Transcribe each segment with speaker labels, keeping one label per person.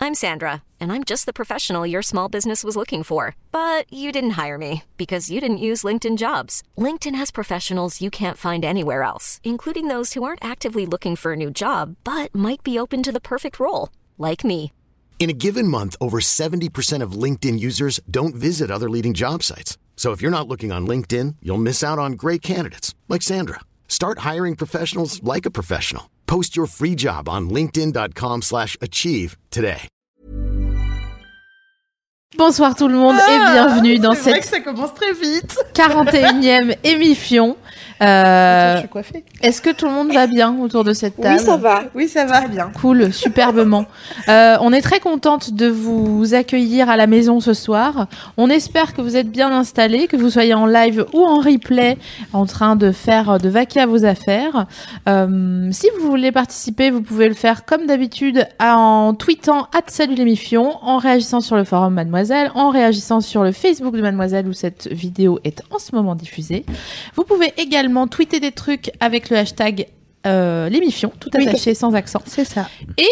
Speaker 1: I'm Sandra, and I'm just the professional your small business was looking for. But you didn't hire me because you didn't use LinkedIn Jobs. LinkedIn has professionals you can't find anywhere else, including those who aren't actively looking for a new job, but might be open to the perfect role, like me.
Speaker 2: In a given month, over 70% of LinkedIn users don't visit other leading job sites. So if you're not looking on LinkedIn, you'll miss out on great candidates like Sandra. Start hiring professionals like a professional. Post your free job on linkedin.com/achieve today.
Speaker 3: Bonsoir tout le monde et bienvenue dans cette
Speaker 4: vrai que ça commence très vite.
Speaker 3: 41e émission.
Speaker 4: Je suis coiffée.
Speaker 3: Est-ce que tout le monde va bien autour de cette table ?
Speaker 4: Oui, ça va. Très bien.
Speaker 3: Cool, superbement. On est très contente de vous accueillir à la maison ce soir. On espère que vous êtes bien installés, que vous soyez en live ou en replay, en train de vaquer à vos affaires. Si vous voulez participer, vous pouvez le faire comme d'habitude en tweetant @salutlemifion, en réagissant sur le forum Mademoiselle, en réagissant sur le Facebook de Mademoiselle où cette vidéo est en ce moment diffusée. Vous pouvez également tweeter des trucs avec le hashtag l'émission, tout attaché, sans accent.
Speaker 4: C'est ça.
Speaker 3: Et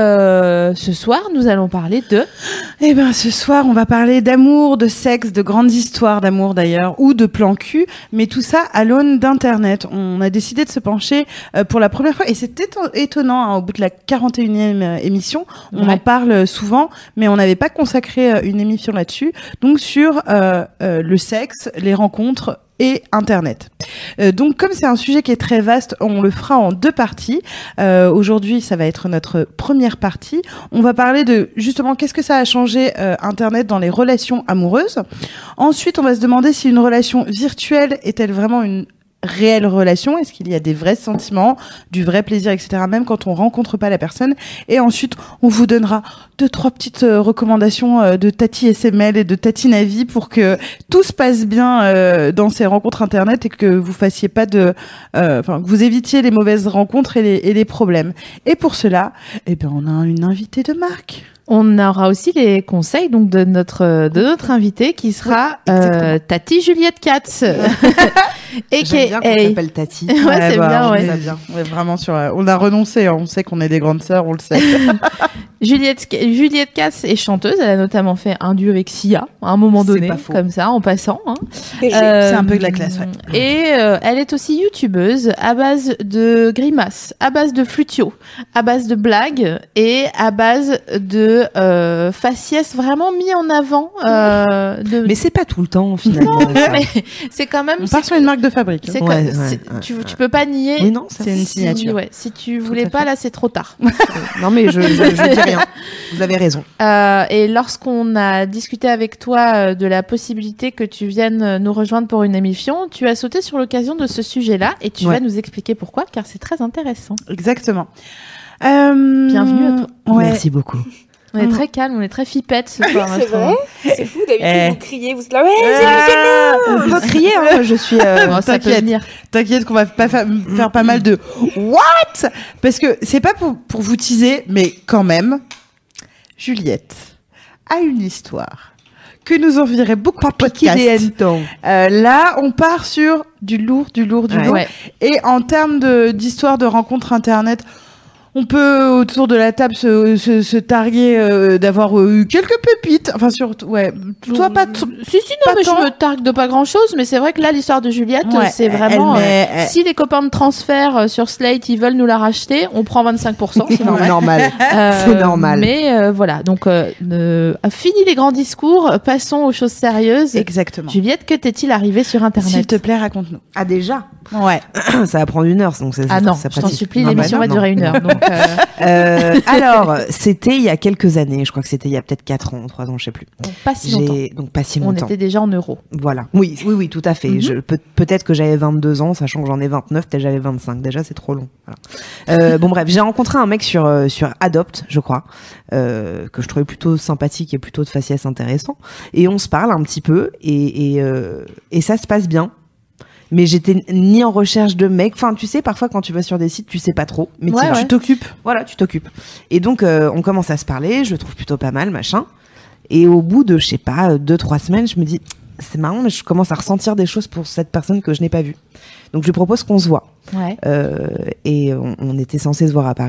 Speaker 3: ce soir, nous allons parler de...
Speaker 4: Eh ben, ce soir, on va parler d'amour, de sexe, de grandes histoires d'amour d'ailleurs, ou de plan cul, mais tout ça à l'aune d'Internet. On a décidé de se pencher pour la première fois, et c'est étonnant, hein, au bout de la 41e émission, on en parle souvent, mais on n'avait pas consacré une émission là-dessus, donc sur le sexe, les rencontres, et Internet. Donc, comme c'est un sujet qui est très vaste, on le fera en 2 parties. Aujourd'hui, ça va être notre première partie. On va parler de, justement, qu'est-ce que ça a changé Internet dans les relations amoureuses. Ensuite, on va se demander si une relation virtuelle est-elle vraiment une réelle relation, est-ce qu'il y a des vrais sentiments, du vrai plaisir, etc., même quand on rencontre pas la personne. Et ensuite, on vous donnera 2-3 petites recommandations de Tati SML et de Tati Navi pour que tout se passe bien dans ces rencontres Internet et que vous fassiez pas que vous évitiez les mauvaises rencontres et les problèmes. Et pour cela, eh ben, on a une invitée de marque.
Speaker 3: On aura aussi les conseils donc de notre invitée qui sera Tati Juliette Katz.
Speaker 5: Et j'aime bien qu'on s'appelle Tati.
Speaker 3: Ouais, c'est bien, ouais.
Speaker 4: Ouais, vraiment on a renoncé, hein. On sait qu'on est des grandes sœurs, on le sait.
Speaker 3: Juliette Katz est chanteuse, elle a notamment fait un duo avec Sia à un moment donné, comme ça, en passant. Hein.
Speaker 4: C'est un peu de la classe, ouais.
Speaker 3: Et elle est aussi youtubeuse à base de grimaces, à base de flutio, à base de blagues et à base de faciès vraiment mis en avant.
Speaker 5: Mais c'est pas tout le temps, finalement.
Speaker 3: Non, mais c'est quand même...
Speaker 4: On part sur une marque de fabrique.
Speaker 3: Tu peux pas nier.
Speaker 5: Mais non,
Speaker 4: c'est une signature.
Speaker 3: Si tu voulais pas, là, c'est trop tard.
Speaker 5: Non, mais je dis rien. Vous avez raison.
Speaker 3: Et lorsqu'on a discuté avec toi de la possibilité que tu viennes nous rejoindre pour une émission, tu as sauté sur l'occasion de ce sujet-là et tu vas nous expliquer pourquoi, car c'est très intéressant.
Speaker 4: Exactement.
Speaker 3: Bienvenue à toi.
Speaker 4: Ouais.
Speaker 5: Merci beaucoup.
Speaker 3: On est très calme, on est très fipette ce soir.
Speaker 6: C'est vrai. C'est fou, d'habitude vous criez, vous êtes là, ouais,
Speaker 5: on peut crier, hein. Je suis...
Speaker 4: T'inquiète qu'on va pas faire pas mal de what, parce que c'est pas pour vous teaser, mais quand même, Juliette a une histoire que nous enverrait beaucoup de podcasts. Là, on part sur du lourd.
Speaker 3: Ouais.
Speaker 4: Et en termes d'histoire de rencontres Internet, on peut, autour de la table, se targuer d'avoir eu quelques pépites. Enfin, surtout, ouais. Toi, pas
Speaker 3: Si, non, mais je me targue de pas grand-chose. Mais c'est vrai que là, l'histoire de Juliette, c'est vraiment... si les copains de transfert sur Slate, ils veulent nous la racheter, on prend 25%, c'est normal.
Speaker 5: C'est normal.
Speaker 3: Mais voilà, donc fini les grands discours, passons aux choses sérieuses.
Speaker 4: Exactement.
Speaker 3: Juliette, que t'est-il arrivé sur Internet ?
Speaker 4: S'il te plaît, raconte-nous.
Speaker 5: Ah, déjà ?
Speaker 4: Ouais.
Speaker 5: Ça va prendre 1 heure, donc c'est
Speaker 3: non,
Speaker 5: ça
Speaker 3: je t'en supplie, l'émission va durer 1 heure. Donc
Speaker 5: alors, c'était il y a quelques années, je crois que c'était il y a peut-être 4 ans, 3 ans, je sais plus.
Speaker 3: Donc pas si longtemps.
Speaker 5: Donc pas si longtemps.
Speaker 3: On était déjà en euros.
Speaker 5: Voilà. Oui, tout à fait. Peut-être que j'avais 22 ans, sachant que j'en ai 29, peut-être j'avais 25. Déjà, c'est trop long. Voilà. Bon bref, j'ai rencontré un mec sur Adopt, je crois, que je trouvais plutôt sympathique et plutôt de faciès intéressant. Et on se parle un petit peu et ça se passe bien. Mais j'étais ni en recherche de mec. Enfin, tu sais, parfois quand tu vas sur des sites, tu sais pas trop. Mais tu t'occupes. Voilà, tu t'occupes. Et donc, on commence à se parler. Je le trouve plutôt pas mal, machin. Et au bout de, je sais pas, 2-3 semaines, je me dis, c'est marrant, mais je commence à ressentir des choses pour cette personne que je n'ai pas vue. Donc, je lui propose qu'on se voit.
Speaker 3: Ouais.
Speaker 5: Et on était censé se voir à Paris.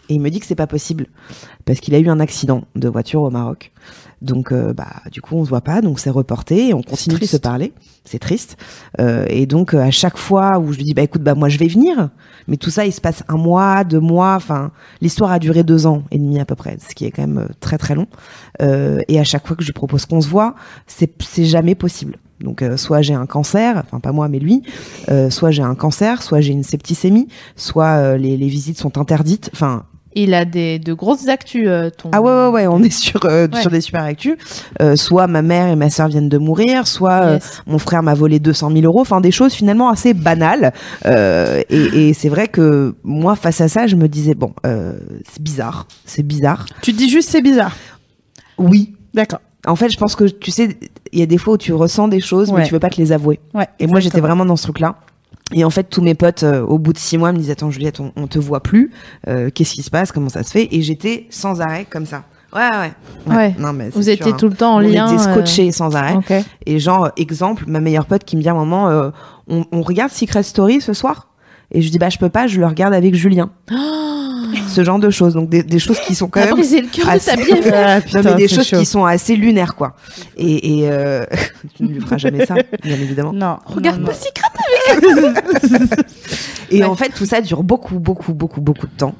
Speaker 5: Et il me dit que c'est pas possible parce qu'il a eu un accident de voiture au Maroc. Donc, du coup, on se voit pas, donc c'est reporté et on continue de se parler. C'est triste. Et donc, à chaque fois où je lui dis, écoute, moi, je vais venir. Mais tout ça, il se passe 1 mois, 2 mois. Enfin, l'histoire a duré 2 ans et demi à peu près, ce qui est quand même très, très long. Et à chaque fois que je lui propose qu'on se voit, c'est jamais possible. Donc, soit j'ai un cancer, enfin, pas moi, mais lui, soit j'ai un cancer, soit j'ai une septicémie, soit les visites sont interdites. Enfin,
Speaker 3: il a de grosses actus, ton...
Speaker 5: Ah ouais, on est sur des super actus. Soit ma mère et ma sœur viennent de mourir, soit mon frère m'a volé 200 000 euros. Enfin, des choses finalement assez banales. Et c'est vrai que moi, face à ça, je me disais, c'est bizarre.
Speaker 4: Tu te dis juste c'est bizarre.
Speaker 5: Oui.
Speaker 4: D'accord.
Speaker 5: En fait, je pense que, tu sais, il y a des fois où tu ressens des choses, mais tu veux pas te les avouer.
Speaker 4: Ouais,
Speaker 5: et moi, j'étais vraiment dans ce truc-là. Et en fait, tous mes potes, au bout de 6 mois, me disaient, attends, Juliette, on te voit plus. Qu'est-ce qui se passe? Comment ça se fait? Et j'étais sans arrêt, comme ça. Ouais. Non, mais
Speaker 3: vous étiez tout le temps en lien.
Speaker 5: On était scotchés sans arrêt.
Speaker 3: Okay.
Speaker 5: Et genre, exemple, ma meilleure pote qui me dit à un moment, on regarde Secret Story ce soir? Et je dis, je peux pas, je le regarde avec Julien. Ce genre de choses. Donc, des choses qui sont quand même.
Speaker 3: Brisé le cœur de ta bien fait.
Speaker 5: Non, mais des choses qui sont assez lunaires, quoi. Et tu ne lui feras jamais ça, bien évidemment.
Speaker 3: Non. Regarde pas Secret avec.
Speaker 5: Et en fait, tout ça dure beaucoup de temps.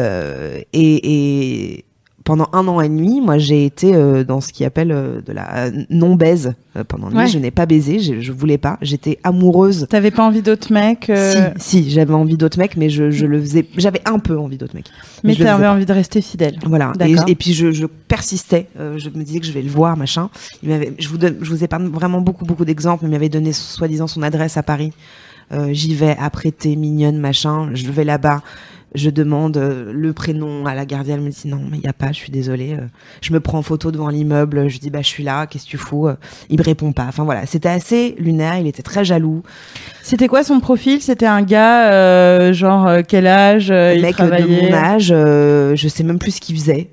Speaker 5: Et pendant 1 an et demi, moi, j'ai été dans ce qu'ils appelle de la non-baise. Pendant 1 an, je n'ai pas baisé, je voulais pas. J'étais amoureuse.
Speaker 4: T'avais pas envie d'autres mecs
Speaker 5: Si, j'avais envie d'autres mecs, mais je le faisais. J'avais un peu envie d'autres mecs.
Speaker 4: Mais t'avais envie de rester fidèle.
Speaker 5: Voilà. Et puis je persistais. Je me disais que je vais le voir, machin. Je vous épargne vraiment beaucoup d'exemples. Il m'avait donné soi-disant son adresse à Paris. J'y vais, apprêtée, mignonne, machin. Je vais là-bas. Je demande le prénom à la gardienne, elle me dit non, mais il y a pas, je suis désolée. Je me prends en photo devant l'immeuble, je dis je suis là, qu'est-ce que tu fous? Il me répond pas. Enfin voilà, c'était assez lunaire, il était très jaloux.
Speaker 4: C'était quoi son profil? C'était un gars quel âge il
Speaker 5: mec
Speaker 4: travaillait?
Speaker 5: De mon âge, je sais même plus ce qu'il faisait.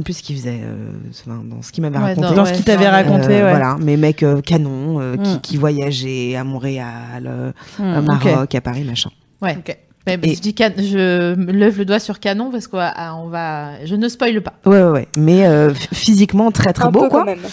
Speaker 5: Dans ce qu'il m'avait raconté.
Speaker 4: Dans ce qu'il t'avait raconté,
Speaker 5: Voilà, mais mec canon, qui voyageait à Montréal, à Maroc, à Paris, machin.
Speaker 3: Ouais. Okay. Je me lève le doigt sur Canon parce je ne spoile pas.
Speaker 5: Ouais. Mais physiquement très très beau, quoi. Quand même.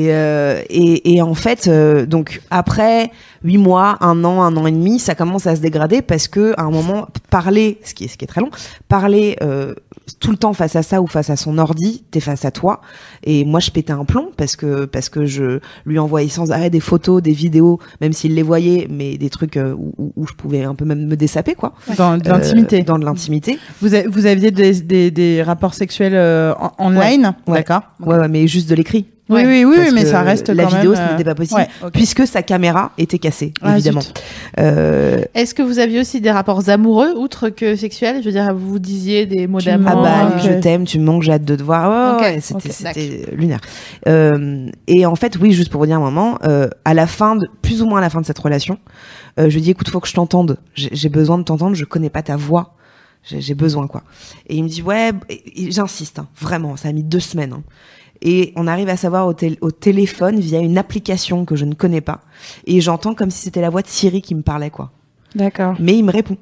Speaker 5: Et en fait, donc après 8 mois, 1 an et demi, ça commence à se dégrader parce que à un moment, parler, ce qui est très long, parler tout le temps face à ça ou face à son ordi, t'es face à toi. Et moi, je pétais un plomb parce que je lui envoyais sans arrêt des photos, des vidéos, même s'il les voyait, mais des trucs où je pouvais un peu même me dessaper, quoi.
Speaker 4: Dans de l'intimité.
Speaker 5: Dans de l'intimité.
Speaker 4: Vous aviez des rapports sexuels online?
Speaker 5: Ouais.
Speaker 4: D'accord.
Speaker 5: Ouais, mais juste de l'écrit.
Speaker 4: Oui, mais ça reste
Speaker 5: la
Speaker 4: quand
Speaker 5: vidéo,
Speaker 4: même,
Speaker 5: ce n'était pas possible, puisque sa caméra était cassée, évidemment.
Speaker 3: Est-ce que vous aviez aussi des rapports amoureux, outre que sexuels? Je veux dire, vous disiez des mots d'amour.
Speaker 5: Je t'aime, tu me manques, j'ai hâte de te voir. C'était lunaire. Et en fait, oui, juste pour vous dire un moment, plus ou moins à la fin de cette relation, je lui dis, écoute, faut que je t'entende. J'ai besoin de t'entendre, je connais pas ta voix. J'ai besoin, quoi. Et il me dit, j'insiste, vraiment, ça a mis 2 semaines. Et on arrive à savoir au téléphone via une application que je ne connais pas. Et j'entends comme si c'était la voix de Siri qui me parlait, quoi.
Speaker 4: D'accord.
Speaker 5: Mais il me répond.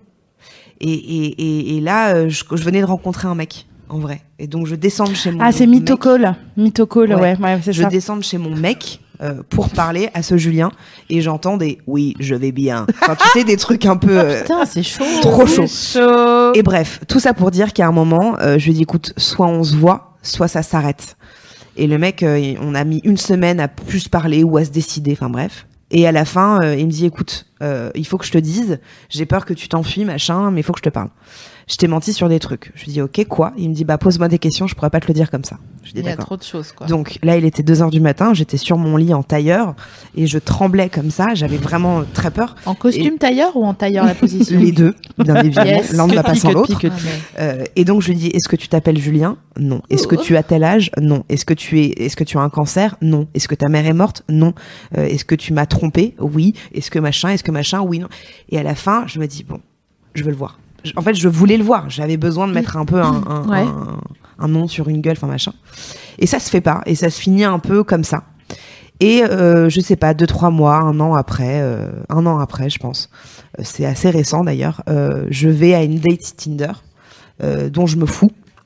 Speaker 5: Et là, je venais de rencontrer un mec, en vrai. Et donc, je descends de chez mon mec.
Speaker 4: Ah, c'est Mythocall. Mythocall, ouais, c'est ça.
Speaker 5: Je descends de chez mon mec pour parler à ce Julien. Et j'entends des « oui, je vais bien ». Enfin, tu sais, des trucs un peu...
Speaker 3: putain, c'est chaud.
Speaker 5: Trop chaud. Et bref, tout ça pour dire qu'à un moment, je lui dis « écoute, soit on se voit, soit ça s'arrête ». Et le mec, on a mis 1 semaine à plus parler ou à se décider, enfin bref. Et à la fin, il me dit, écoute, il faut que je te dise, j'ai peur que tu t'enfuis, machin, mais il faut que je te parle. Je t'ai menti sur des trucs. Je lui dis, ok, quoi? Il me dit, pose-moi des questions, je pourrais pas te le dire comme ça. Je dis,
Speaker 3: il y a
Speaker 5: d'accord.
Speaker 3: trop de choses, quoi.
Speaker 5: Donc là, il était 2h du matin, j'étais sur mon lit en tailleur, et je tremblais comme ça, j'avais vraiment très peur.
Speaker 3: En costume tailleur ou en tailleur la position?
Speaker 5: Les deux, bien évidemment. L'un ne va pas sans l'autre. Et donc je lui dis, est-ce que tu t'appelles Julien? Non. Est-ce que tu as tel âge? Non. Est-ce que tu as un cancer? Non. Est-ce que ta mère est morte? Non. Est-ce que tu m'as trompé? Oui. Est-ce que machin? Oui, non. Et à la fin, je me dis, bon, je veux le voir. En fait, je voulais le voir. J'avais besoin de mettre un peu un nom sur une gueule, enfin machin. Et ça se fait pas. Et ça se finit un peu comme ça. Et je sais pas, 2-3 mois, 1 an après, je pense. C'est assez récent d'ailleurs. Je vais à une date Tinder dont je me fous.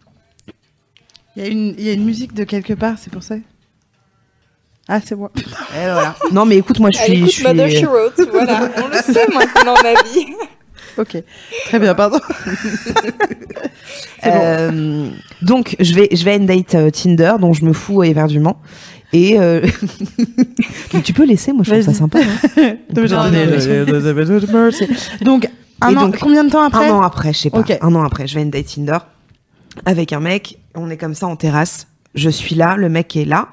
Speaker 4: Il y a une musique de quelque part, c'est pour ça. Ah, c'est moi.
Speaker 5: Et voilà. Non, mais écoute, moi, je
Speaker 6: Elle écoute
Speaker 5: suis.
Speaker 6: Mother She Wrote, voilà. On le sait maintenant, ma vie.
Speaker 4: Ok, très bien, pardon.
Speaker 5: Donc, je vais à une date Tinder dont je me fous éperdument. Et mais tu peux laisser, moi je trouve ça sympa. Hein.
Speaker 4: Donc, combien de temps après?
Speaker 5: Un an après, je sais pas.
Speaker 4: Okay.
Speaker 5: Un an après, je vais à une date Tinder avec un mec. On est comme ça en terrasse. Je suis là, le mec est là.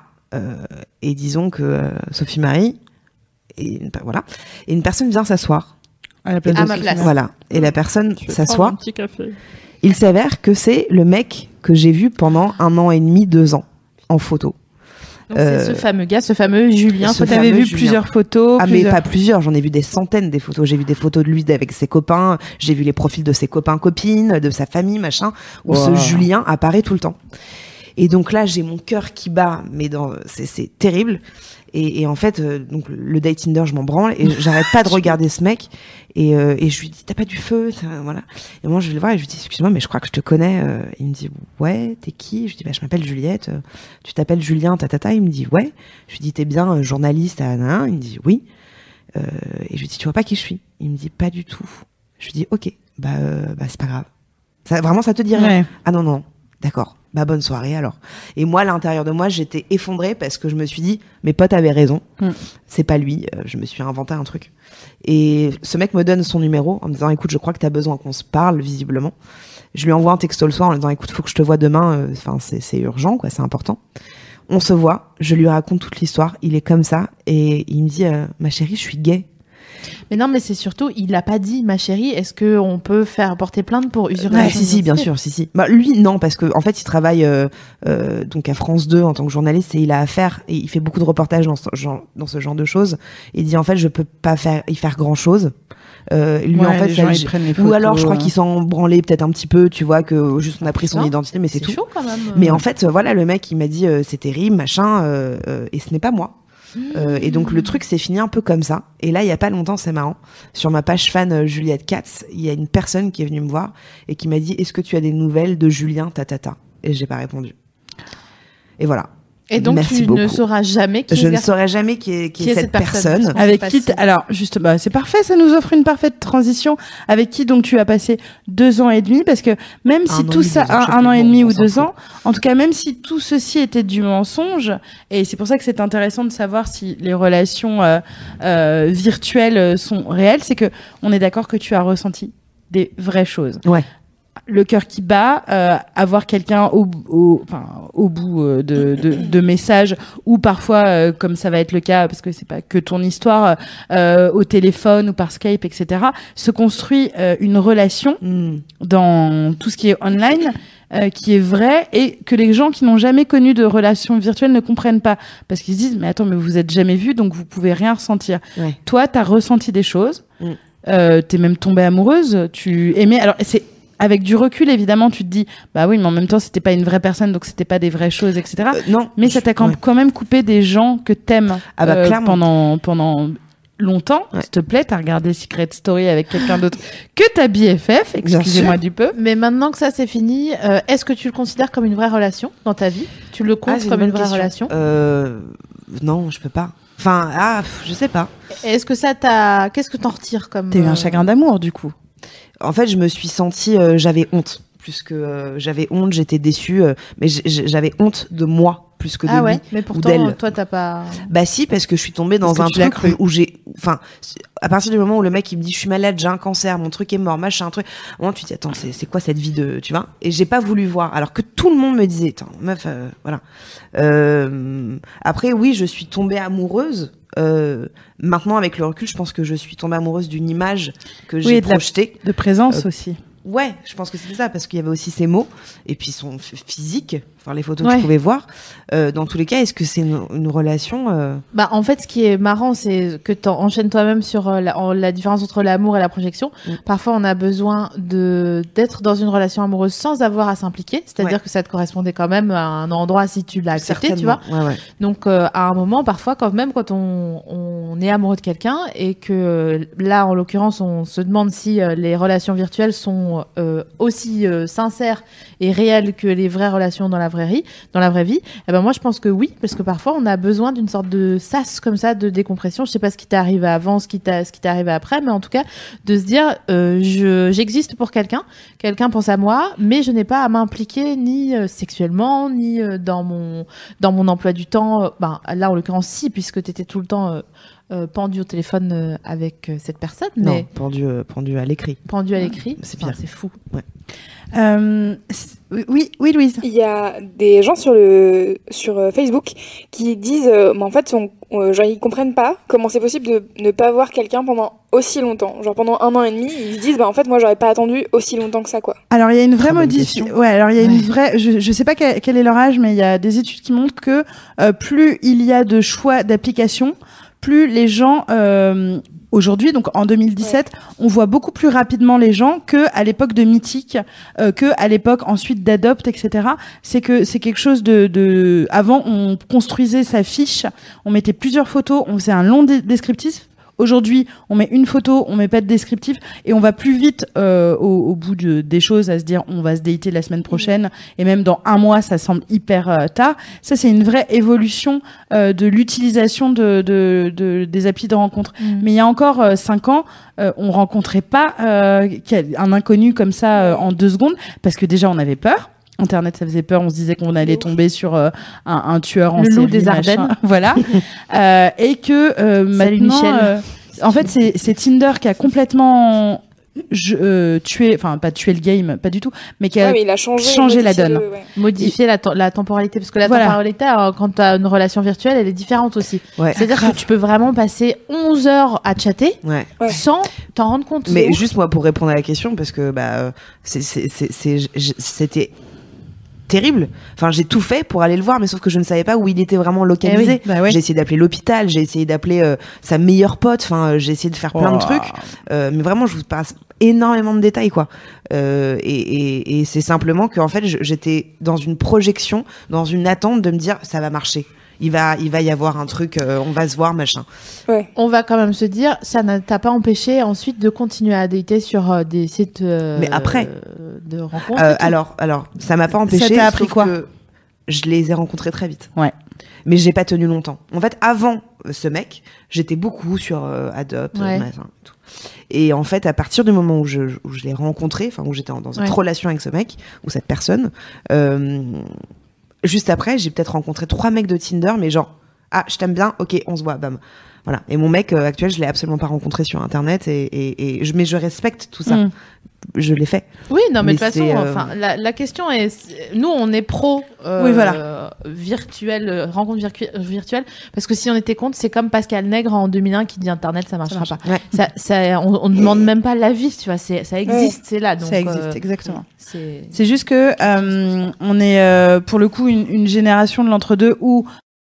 Speaker 5: Et disons que Sophie Marie, et voilà. Et une personne vient s'asseoir.
Speaker 3: À ma place.
Speaker 5: Voilà. Et la personne s'assoit.
Speaker 3: Un petit café.
Speaker 5: Il s'avère que c'est le mec que j'ai vu pendant 1 an et demi, 2 ans en photo.
Speaker 3: Donc c'est ce fameux gars, ce fameux Julien.
Speaker 5: Ce
Speaker 4: T'avais vu
Speaker 5: Julien.
Speaker 4: plusieurs photos.
Speaker 5: Ah, mais pas plusieurs, j'en ai vu des centaines des photos. J'ai vu des photos de lui avec ses copains, j'ai vu les profils de ses copains, copines, de sa famille, machin, où ce Julien apparaît tout le temps. Et donc là, j'ai mon cœur qui bat, mais c'est terrible. Et en fait, donc le date Tinder, je m'en branle et j'arrête pas de regarder ce mec. Et je lui dis, t'as pas du feu, voilà. Et moi, je vais le voir et je lui dis, excuse-moi, mais je crois que je te connais. Il me dit, ouais, t'es qui? Je lui dis, bah, je m'appelle Juliette. Tu t'appelles Julien, tatata. Il me dit, ouais. Je lui dis, t'es bien journaliste à Anaïs? Il me dit, oui. Et je lui dis, tu vois pas qui je suis? Il me dit, pas du tout. Je lui dis, ok, bah c'est pas grave. Vraiment, ça te dit rien?
Speaker 4: Ouais.
Speaker 5: Ah non, d'accord. Bah bonne soirée alors. Et moi, à l'intérieur de moi, j'étais effondrée parce que je me suis dit, mes potes avaient raison, c'est pas lui, je me suis inventé un truc. Et ce mec me donne son numéro en me disant, écoute, je crois que t'as besoin qu'on se parle, visiblement. Je lui envoie un texto le soir en lui disant, écoute, faut que je te vois demain, enfin c'est urgent, quoi, c'est important. On se voit, je lui raconte toute l'histoire, il est comme ça, et il me dit, ma chérie, je suis gay.
Speaker 3: Mais non, mais c'est surtout, il l'a pas dit, ma chérie, est-ce qu'on peut faire porter plainte pour usurpation?
Speaker 5: Si, bien sûr, si. Bah, lui, non, parce que en fait, il travaille donc à France 2 en tant que journaliste et il a affaire, et il fait beaucoup de reportages dans ce genre de choses. Il dit, en fait, je peux pas y faire grand chose. Lui, en fait, ou alors, je crois qu'il s'en branlait peut-être un petit peu, tu vois, que juste on a pris son identité, mais c'est tout.
Speaker 3: Chaud, quand même.
Speaker 5: Mais en fait, voilà, le mec, il m'a dit, c'est terrible, machin, et ce n'est pas moi. Et donc le truc s'est fini un peu comme ça. Et là, il y a pas longtemps, c'est marrant, sur ma page fan Juliette Katz, il y a une personne qui est venue me voir et qui m'a dit, est-ce que tu as des nouvelles de Julien tatata? Et j'ai pas répondu. Et voilà.
Speaker 3: Et donc
Speaker 5: merci
Speaker 3: tu
Speaker 5: beaucoup.
Speaker 3: ne sauras jamais qui
Speaker 5: je ne saurais jamais qui est cette personne.
Speaker 4: Avec qui alors juste c'est parfait, ça nous offre une parfaite transition. Avec qui donc tu as passé 2 ans et demi, parce que même si tout ça, un an et demi ou 2 ans, en tout cas même si tout ceci était du mensonge, et c'est pour ça que c'est intéressant de savoir si les relations virtuelles sont réelles, c'est que on est d'accord que tu as ressenti des vraies choses.
Speaker 5: Ouais.
Speaker 4: Le cœur qui bat, avoir quelqu'un au bout de messages, ou parfois, comme ça va être le cas, parce que c'est pas que ton histoire, au téléphone ou par Skype, etc., se construit une relation dans tout ce qui est online, qui est vrai, et que les gens qui n'ont jamais connu de relation virtuelle ne comprennent pas, parce qu'ils se disent, mais attends, mais vous êtes jamais vus, donc vous pouvez rien ressentir. Ouais. Toi, t'as ressenti des choses, t'es même tombée amoureuse, tu aimais, alors c'est avec du recul, évidemment, tu te dis, bah oui, mais en même temps, c'était pas une vraie personne, donc c'était pas des vraies choses, etc. Non. Mais ça t'a quand même coupé des gens que t'aimes pendant longtemps. Ouais. S'il te plaît, t'as regardé Secret Story avec quelqu'un d'autre que ta BFF, excusez-moi du peu.
Speaker 3: Mais maintenant que ça c'est fini, est-ce que tu le considères comme une vraie relation dans ta vie? Tu le comptes comme une vraie relation?
Speaker 5: Non, je peux pas. Enfin, je sais pas.
Speaker 3: Est-ce que qu'est-ce que t'en retires comme...
Speaker 4: T'as eu un chagrin d'amour, du coup?
Speaker 5: En fait, je me suis sentie, j'avais honte. Plus que j'avais honte, j'étais déçue, mais j'avais honte de moi plus que de lui
Speaker 3: mais pourtant,
Speaker 5: ou d'elle.
Speaker 3: Toi, t'as pas...
Speaker 5: Bah si, parce que je suis tombée dans un truc où j'ai... Enfin, à partir du moment où le mec, il me dit, je suis malade, j'ai un cancer, mon truc est mort, machin, un truc... Moi, tu te dis, attends, c'est quoi cette vie de... Tu vois? Et j'ai pas voulu voir, alors que tout le monde me disait, attends, meuf, voilà. Après, oui, je suis tombée amoureuse. Maintenant, avec le recul, je pense que je suis tombée amoureuse d'une image que j'ai projetée.
Speaker 4: De présence aussi.
Speaker 5: Ouais, je pense que c'était ça, parce qu'il y avait aussi ses mots, et puis son physique, enfin les photos que je pouvais voir. Dans tous les cas, est-ce que c'est une relation
Speaker 3: Bah, en fait, ce qui est marrant, c'est que tu enchaînes toi-même sur la différence entre l'amour et la projection. Parfois, on a besoin d'être dans une relation amoureuse sans avoir à s'impliquer, c'est-à-dire que ça te correspondait quand même à un endroit si tu l'as accepté, tu vois. Ouais. Donc, à un moment, parfois, quand on est amoureux de quelqu'un et que là, en l'occurrence, on se demande si les relations virtuelles sont aussi sincères et réelles que les vraies relations dans la vraie vraie vie. Eh ben moi, je pense que oui, parce que parfois, on a besoin d'une sorte de sas comme ça, de décompression. Je sais pas ce qui t'est arrivé avant, ce qui t'est arrivé après, mais en tout cas, de se dire, j'existe pour quelqu'un pense à moi, mais je n'ai pas à m'impliquer ni sexuellement, ni dans mon emploi du temps. Là, en l'occurrence, si, puisque t'étais tout le temps pendu au téléphone avec cette personne. Mais
Speaker 5: non, pendu à l'écrit.
Speaker 3: Pendu à l'écrit,
Speaker 5: c'est pire.
Speaker 3: C'est fou.
Speaker 5: Ouais.
Speaker 4: Oui, Louise.
Speaker 6: Il y a des gens sur Facebook qui disent, en fait, genre, ils comprennent pas comment c'est possible de ne pas voir quelqu'un pendant aussi longtemps. Genre pendant 1 an et demi, ils se disent, en fait, moi, j'aurais pas attendu aussi longtemps que ça, quoi.
Speaker 4: Alors il y a une vraie modification. Ouais, alors il y a une vraie. Je sais pas quel est leur âge, mais il y a des études qui montrent que plus il y a de choix d'applications, plus les gens aujourd'hui, donc en 2017, on voit beaucoup plus rapidement les gens que à l'époque de Mythique, que à l'époque ensuite d'Adopt, etc. C'est quelque chose de. Avant, on construisait sa fiche, on mettait plusieurs photos, on faisait un long descriptif. Aujourd'hui, on met une photo, on met pas de descriptif et on va plus vite au bout des choses à se dire on va se dater la semaine prochaine et même dans 1 mois, ça semble hyper tard. Ça, c'est une vraie évolution de l'utilisation des applis de rencontre. Mais il y a encore 5 ans, on rencontrait pas un inconnu comme ça en 2 secondes parce que déjà on avait peur. Internet, ça faisait peur. On se disait qu'on allait tomber sur un tueur en série. Le loup des Ardennes. Voilà. Et que maintenant, en fait, c'est Tinder qui a complètement tué, enfin pas tué le game, pas du tout, mais qui a,
Speaker 6: il a changé
Speaker 4: la donne.
Speaker 3: Modifier la temporalité. Parce que la temporalité, quand tu as une relation virtuelle, elle est différente aussi. Ouais. C'est-à-dire que tu peux vraiment passer 11 heures à chatter sans t'en rendre compte.
Speaker 5: Mais juste moi, pour répondre à la question, parce que c'était terrible. Enfin, j'ai tout fait pour aller le voir, mais sauf que je ne savais pas où il était vraiment localisé. J'ai essayé d'appeler l'hôpital, j'ai essayé d'appeler sa meilleure pote. Enfin, j'ai essayé de faire plein de trucs. Mais vraiment, je vous passe énormément de détails, quoi. Et c'est simplement que, en fait, j'étais dans une projection, dans une attente de me dire, ça va marcher. Il va y avoir un truc, on va se voir, machin.
Speaker 3: Ouais. On va quand même se dire, ça ne t'a pas empêché ensuite de continuer à dater sur des sites
Speaker 5: mais après,
Speaker 3: de rencontres.
Speaker 5: Alors, ça m'a pas empêché.
Speaker 4: Ça t'a appris quoi ?
Speaker 5: Que je les ai rencontrés très vite.
Speaker 4: Ouais.
Speaker 5: Mais j'ai pas tenu longtemps. En fait, avant ce mec, j'étais beaucoup sur Adopt, machin, tout. Et en fait, à partir du moment où je l'ai rencontré, enfin où j'étais dans cette relation avec ce mec ou cette personne. Juste après, j'ai peut-être rencontré 3 mecs de Tinder, mais genre, je t'aime bien, ok, on se voit, bam. Voilà. Et mon mec actuel, je l'ai absolument pas rencontré sur Internet, mais je respecte tout ça. Je l'ai fait.
Speaker 3: Oui, non, mais de toute façon, la question est, nous, on est pro virtuel, rencontre virtuelle, parce que si on était contre, c'est comme Pascal Nègre en 2001 qui dit Internet, ça marchera pas. Ouais. On ne demande même pas l'avis, tu vois, ça existe, c'est là. Donc,
Speaker 4: ça existe, exactement. C'est juste que on est pour le coup une génération de l'entre-deux où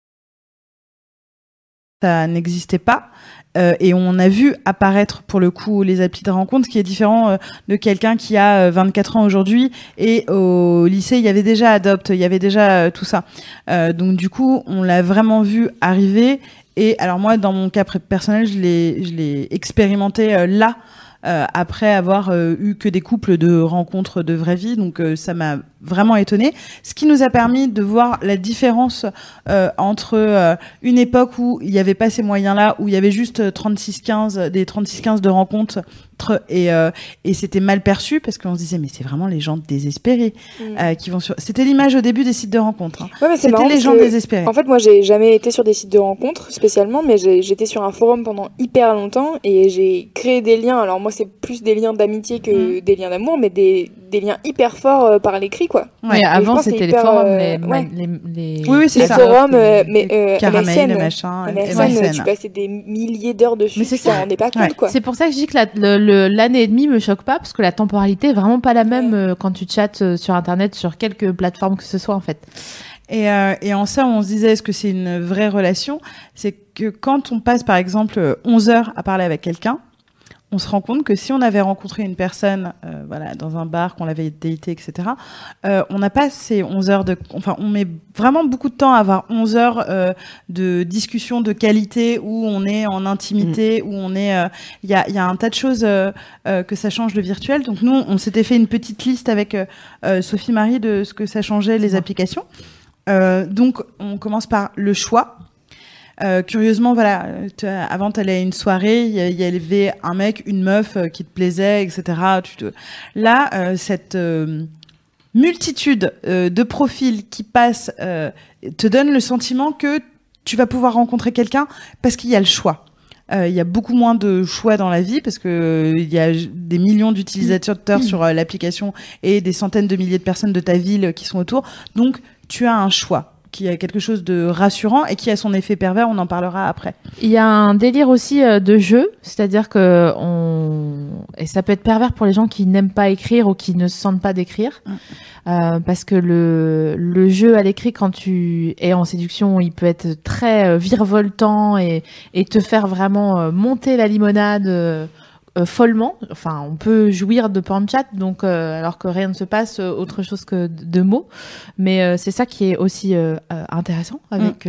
Speaker 4: ça n'existait pas. Et on a vu apparaître pour le coup les applis de rencontre, ce qui est différent de quelqu'un qui a 24 ans aujourd'hui, et au lycée il y avait déjà Adopt, il y avait déjà tout ça. Donc du coup on l'a vraiment vu arriver. Et alors moi dans mon cas personnel je l'ai expérimenté là. Après avoir eu que des couples de rencontres de vraie vie, donc ça m'a vraiment étonnée. Ce qui nous a permis de voir la différence entre une époque où il n'y avait pas ces moyens-là, où il y avait juste des 36-15 de rencontres et c'était mal perçu parce qu'on se disait mais c'est vraiment les gens désespérés qui vont sur. C'était l'image au début des sites de rencontres.
Speaker 6: Ouais, mais
Speaker 4: c'était les gens désespérés.
Speaker 6: En fait, moi, j'ai jamais été sur des sites de rencontres spécialement, mais j'étais sur un forum pendant hyper longtemps et j'ai créé des liens. Alors moi, c'est plus des liens d'amitié que des liens d'amour, mais des liens hyper forts par l'écrit, quoi.
Speaker 3: Ouais, avant c'était les forums,
Speaker 4: oui, c'est ça.
Speaker 6: Les forums, mais
Speaker 4: Caramel, machin,
Speaker 6: MSN, tu passais des milliers d'heures dessus. Mais c'est ça, on n'est pas compte, quoi.
Speaker 3: C'est pour ça que je dis que l'année et demie me choque pas, parce que la temporalité est vraiment pas la même quand tu chattes sur Internet, sur quelque plateforme que ce soit, en fait.
Speaker 4: Et en ça, on se disait, est-ce que c'est une vraie relation ? C'est que quand on passe, par exemple, 11 heures à parler avec quelqu'un, on se rend compte que si on avait rencontré une personne dans un bar, qu'on l'avait daté, etc., on n'a pas ces 11 heures on met vraiment beaucoup de temps à avoir 11 heures de discussion de qualité où on est en intimité, où on est... Il y a un tas de choses que ça change le virtuel. Donc nous, on s'était fait une petite liste avec Sophie Marie de ce que ça changeait les applications. Donc on commence par le choix. Curieusement, voilà, avant t'allais à une soirée, il y avait un mec, une meuf qui te plaisait, etc. Là, cette multitude de profils qui passent te donne le sentiment que tu vas pouvoir rencontrer quelqu'un parce qu'il y a le choix. Il y a beaucoup moins de choix dans la vie parce que il y a des millions d'utilisateurs sur l'application et des centaines de milliers de personnes de ta ville qui sont autour. Donc, tu as un choix qui a quelque chose de rassurant et qui a son effet pervers, on en parlera après.
Speaker 3: Il y a un délire aussi de jeu, c'est-à-dire que et ça peut être pervers pour les gens qui n'aiment pas écrire ou qui ne se sentent pas d'écrire, parce que le jeu à l'écrit, quand tu es en séduction, il peut être très virevoltant et te faire vraiment monter la limonade follement. Enfin, on peut jouir de porn-chat, donc alors que rien ne se passe autre chose que de mots. Mais c'est ça qui est aussi intéressant avec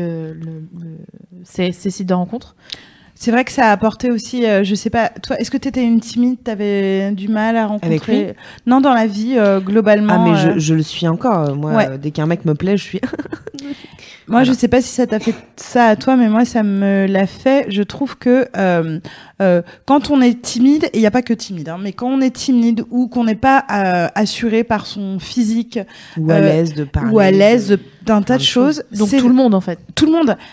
Speaker 3: ces sites de rencontres.
Speaker 4: C'est vrai que ça a apporté aussi, je sais pas, toi, est-ce que t'étais une timide, t'avais du mal à rencontrer?
Speaker 5: Avec lui?
Speaker 4: Non, dans la vie, globalement.
Speaker 5: Ah, mais je le suis encore. Moi, dès qu'un mec me plaît, je suis...
Speaker 4: Moi, je sais pas si ça t'a fait ça à toi, mais moi, ça me l'a fait. Je trouve que quand on est timide, et il n'y a pas que timide, hein, mais quand on est timide ou qu'on n'est pas assuré par son physique,
Speaker 5: ou à l'aise de parler,
Speaker 4: ou à l'aise d'un tas de choses,
Speaker 3: donc tout le monde en fait,
Speaker 4: tout le monde.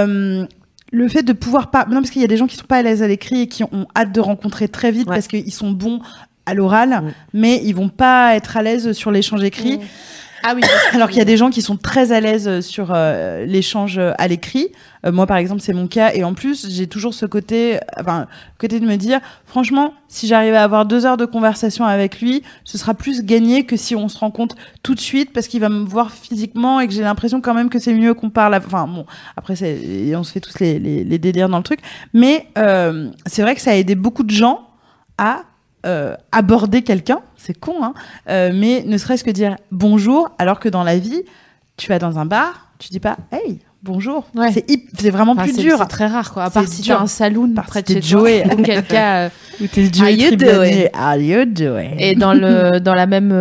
Speaker 4: Le fait de pouvoir pas, non, parce qu'il y a des gens qui sont pas à l'aise à l'écrit et qui ont hâte de rencontrer très vite parce qu'ils sont bons à l'oral, mais ils vont pas être à l'aise sur l'échange écrit.
Speaker 3: Ah oui.
Speaker 4: Alors qu'il y a des gens qui sont très à l'aise sur l'échange à l'écrit. Moi, par exemple, c'est mon cas. Et en plus, j'ai toujours ce côté de me dire, franchement, si j'arrive à avoir 2 heures de conversation avec lui, ce sera plus gagné que si on se rencontre tout de suite parce qu'il va me voir physiquement et que j'ai l'impression quand même que c'est mieux qu'on parle. Enfin, bon, après, on se fait tous les délires dans le truc. Mais c'est vrai que ça a aidé beaucoup de gens à aborder quelqu'un, c'est con, hein, mais ne serait-ce que dire bonjour, alors que dans la vie, tu vas dans un bar, tu dis pas hey, bonjour.
Speaker 3: Ouais.
Speaker 4: C'est vraiment plus dur.
Speaker 3: C'est très rare, quoi. À part si tu as un saloon près de chez
Speaker 4: toi,
Speaker 3: ou quelqu'un.
Speaker 4: Ou t'es le Joey Tribonnier. How you doing?
Speaker 3: Et dans la même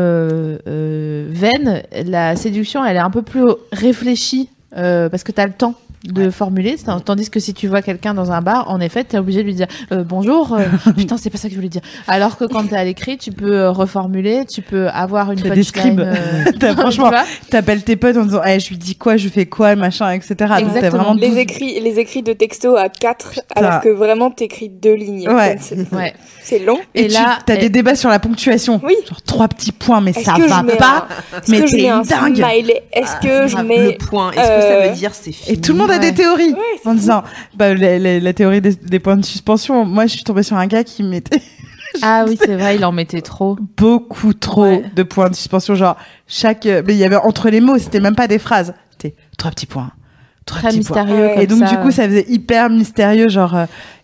Speaker 3: veine, la séduction, elle est un peu plus réfléchie parce que tu as le temps de formuler, tandis que si tu vois quelqu'un dans un bar, en effet, t'es obligé de lui dire bonjour, putain, c'est pas ça que je voulais dire. Alors que quand t'es à l'écrit, tu peux reformuler, tu peux avoir une punchline.
Speaker 4: Franchement, t'appelles tes potes en disant, je lui dis quoi, je fais quoi, machin, etc.
Speaker 6: Exactement. Donc, t'as vraiment les écrits de texto à 4, alors que vraiment t'écris 2 lignes.
Speaker 4: Ouais.
Speaker 6: C'est long.
Speaker 4: Et là, t'as des débats sur la ponctuation.
Speaker 6: Oui.
Speaker 4: Genre 3 petits points, mais ça va pas.
Speaker 6: Mais t'es dingue. Smiley. Est-ce que je mets
Speaker 5: le point? Est-ce que ça veut dire c'est fini?
Speaker 4: Et tout le monde a des théories en disant la théorie des points de suspension. Moi, je suis tombée sur un gars qui mettait
Speaker 3: ah oui, c'est vrai, il en mettait trop.
Speaker 4: Beaucoup trop de points de suspension. Genre, mais il y avait entre les mots, c'était même pas des phrases. C'était 3 petits points. 3
Speaker 3: très
Speaker 4: petits
Speaker 3: mystérieux.
Speaker 4: Points. Et donc, du coup, ça faisait hyper mystérieux, genre,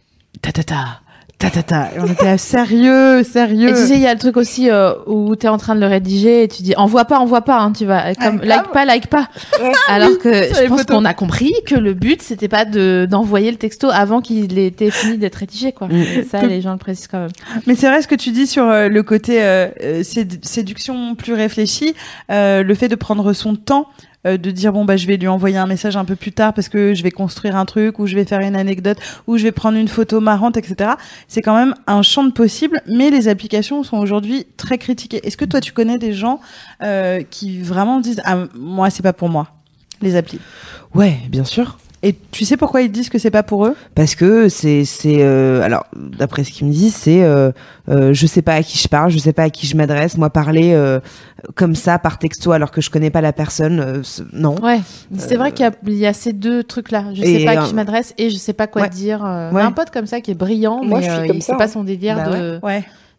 Speaker 4: Et on était sérieux.
Speaker 3: Et tu sais, il y a le truc aussi où t'es en train de le rédiger et tu dis envoie pas, hein, tu vas comme like pas. Ouais. Alors que je pense qu'on a compris que le but c'était pas d'envoyer le texto avant qu'il ait été fini d'être rédigé, quoi. Et ça, les gens le précisent quand même.
Speaker 4: Mais c'est vrai ce que tu dis sur le côté séduction plus réfléchie, le fait de prendre son temps. De dire je vais lui envoyer un message un peu plus tard parce que je vais construire un truc ou je vais faire une anecdote ou je vais prendre une photo marrante, etc. C'est quand même un champ de possible, mais les applications sont aujourd'hui très critiquées. Est-ce que toi tu connais des gens qui vraiment disent moi c'est pas pour moi les applis?
Speaker 5: Ouais, bien sûr.
Speaker 4: Et tu sais pourquoi ils disent que c'est pas pour eux?
Speaker 5: Parce que c'est alors d'après ce qu'ils me disent, c'est je sais pas à qui je parle, je sais pas à qui je m'adresse. Moi, parler comme ça par texto alors que je connais pas la personne, non.
Speaker 3: Ouais, c'est vrai qu'il y a ces deux trucs là. Je sais pas à qui je m'adresse et je sais pas quoi dire. On a un pote comme ça qui est brillant,
Speaker 6: moi,
Speaker 3: mais il sait pas son délire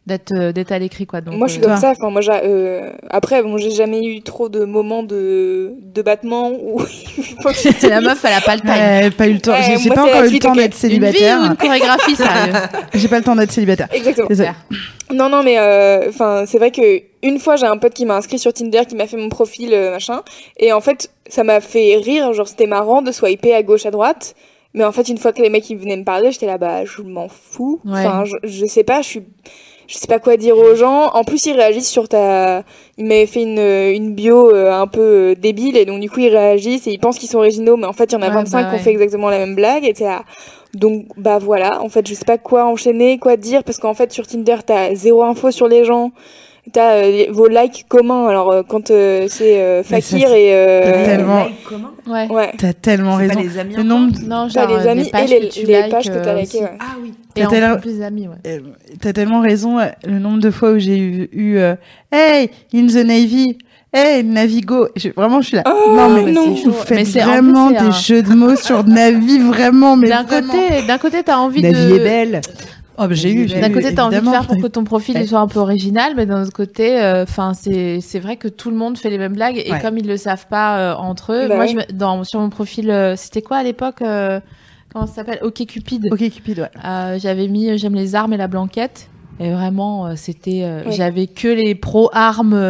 Speaker 3: d'être à l'écrit, quoi. Donc,
Speaker 6: moi, je suis comme ça. Enfin, moi, après, bon, j'ai jamais eu trop de moments de battement où
Speaker 3: c'est la meuf, elle a pas le time.
Speaker 4: Pas eu le temps.
Speaker 6: Ouais,
Speaker 4: J'ai
Speaker 6: moi,
Speaker 4: pas
Speaker 6: c'est
Speaker 4: encore
Speaker 6: la
Speaker 4: eu le
Speaker 6: suite,
Speaker 4: temps
Speaker 6: ok.
Speaker 4: d'être célibataire.
Speaker 3: Une vie ou une chorégraphie, ça.
Speaker 4: J'ai pas le temps d'être célibataire.
Speaker 6: Exactement.
Speaker 4: Désolée.
Speaker 6: Non, mais enfin, c'est vrai que une fois, j'ai un pote qui m'a inscrit sur Tinder, qui m'a fait mon profil, machin, et en fait, ça m'a fait rire. Genre, c'était marrant de swiper à gauche, à droite. Mais en fait, une fois que les mecs ils venaient me parler, j'étais là, bah, je m'en fous.
Speaker 3: Ouais.
Speaker 6: Enfin, je sais pas, je sais pas quoi dire aux gens. En plus, ils réagissent sur il m'avait fait une bio un peu débile, et donc du coup, ils réagissent et ils pensent qu'ils sont originaux, mais en fait, il y en a 25 qui ont fait exactement la même blague, et c'est là. Donc, bah voilà, en fait, je sais pas quoi enchaîner, quoi dire, parce qu'en fait, sur Tinder, t'as zéro info sur les gens. T'as vos likes communs, alors quand c'est Fakir et...
Speaker 4: tellement...
Speaker 3: Ouais.
Speaker 4: T'as tellement
Speaker 5: C'est
Speaker 4: raison.
Speaker 5: pas les amis
Speaker 4: Le nombre...
Speaker 3: Non,
Speaker 6: T'as
Speaker 3: genre
Speaker 6: les amis
Speaker 3: pages
Speaker 6: et
Speaker 3: que tu
Speaker 6: les
Speaker 3: likes,
Speaker 6: pages que t'as likées,
Speaker 3: aussi.
Speaker 6: ouais.
Speaker 5: Ah oui.
Speaker 3: Et
Speaker 4: T'as
Speaker 3: en plus amis, ouais.
Speaker 4: T'as tellement raison. Le nombre de fois où j'ai eu Hey, in the Navy. Hey, Navigo. Vraiment, je suis là.
Speaker 6: Oh,
Speaker 4: non, mais
Speaker 6: non.
Speaker 4: vous faites
Speaker 3: Mais c'est-
Speaker 4: vraiment
Speaker 3: en plus, c'est
Speaker 4: des jeux de mots sur Navi, vraiment. Mais
Speaker 3: D'un
Speaker 4: vraiment.
Speaker 3: côté, t'as envie
Speaker 5: La vie est
Speaker 3: de...
Speaker 5: belle.
Speaker 4: Oh, bah, j'ai eu.
Speaker 3: D'un côté, t'as envie de
Speaker 4: évidemment.
Speaker 3: faire pour que ton profil il soit un peu original, mais d'un autre côté, enfin, c'est vrai que tout le monde fait les mêmes blagues et
Speaker 4: Ouais.
Speaker 3: comme ils le savent pas entre eux,
Speaker 6: Bah
Speaker 3: moi,
Speaker 6: ouais.
Speaker 3: sur mon profil, c'était quoi à l'époque comment ça s'appelle? OkCupid.
Speaker 4: Ok, Cupid, ouais.
Speaker 3: J'avais mis j'aime les armes et la blanquette. Et vraiment, c'était,
Speaker 6: Oui.
Speaker 3: j'avais que les pro-armes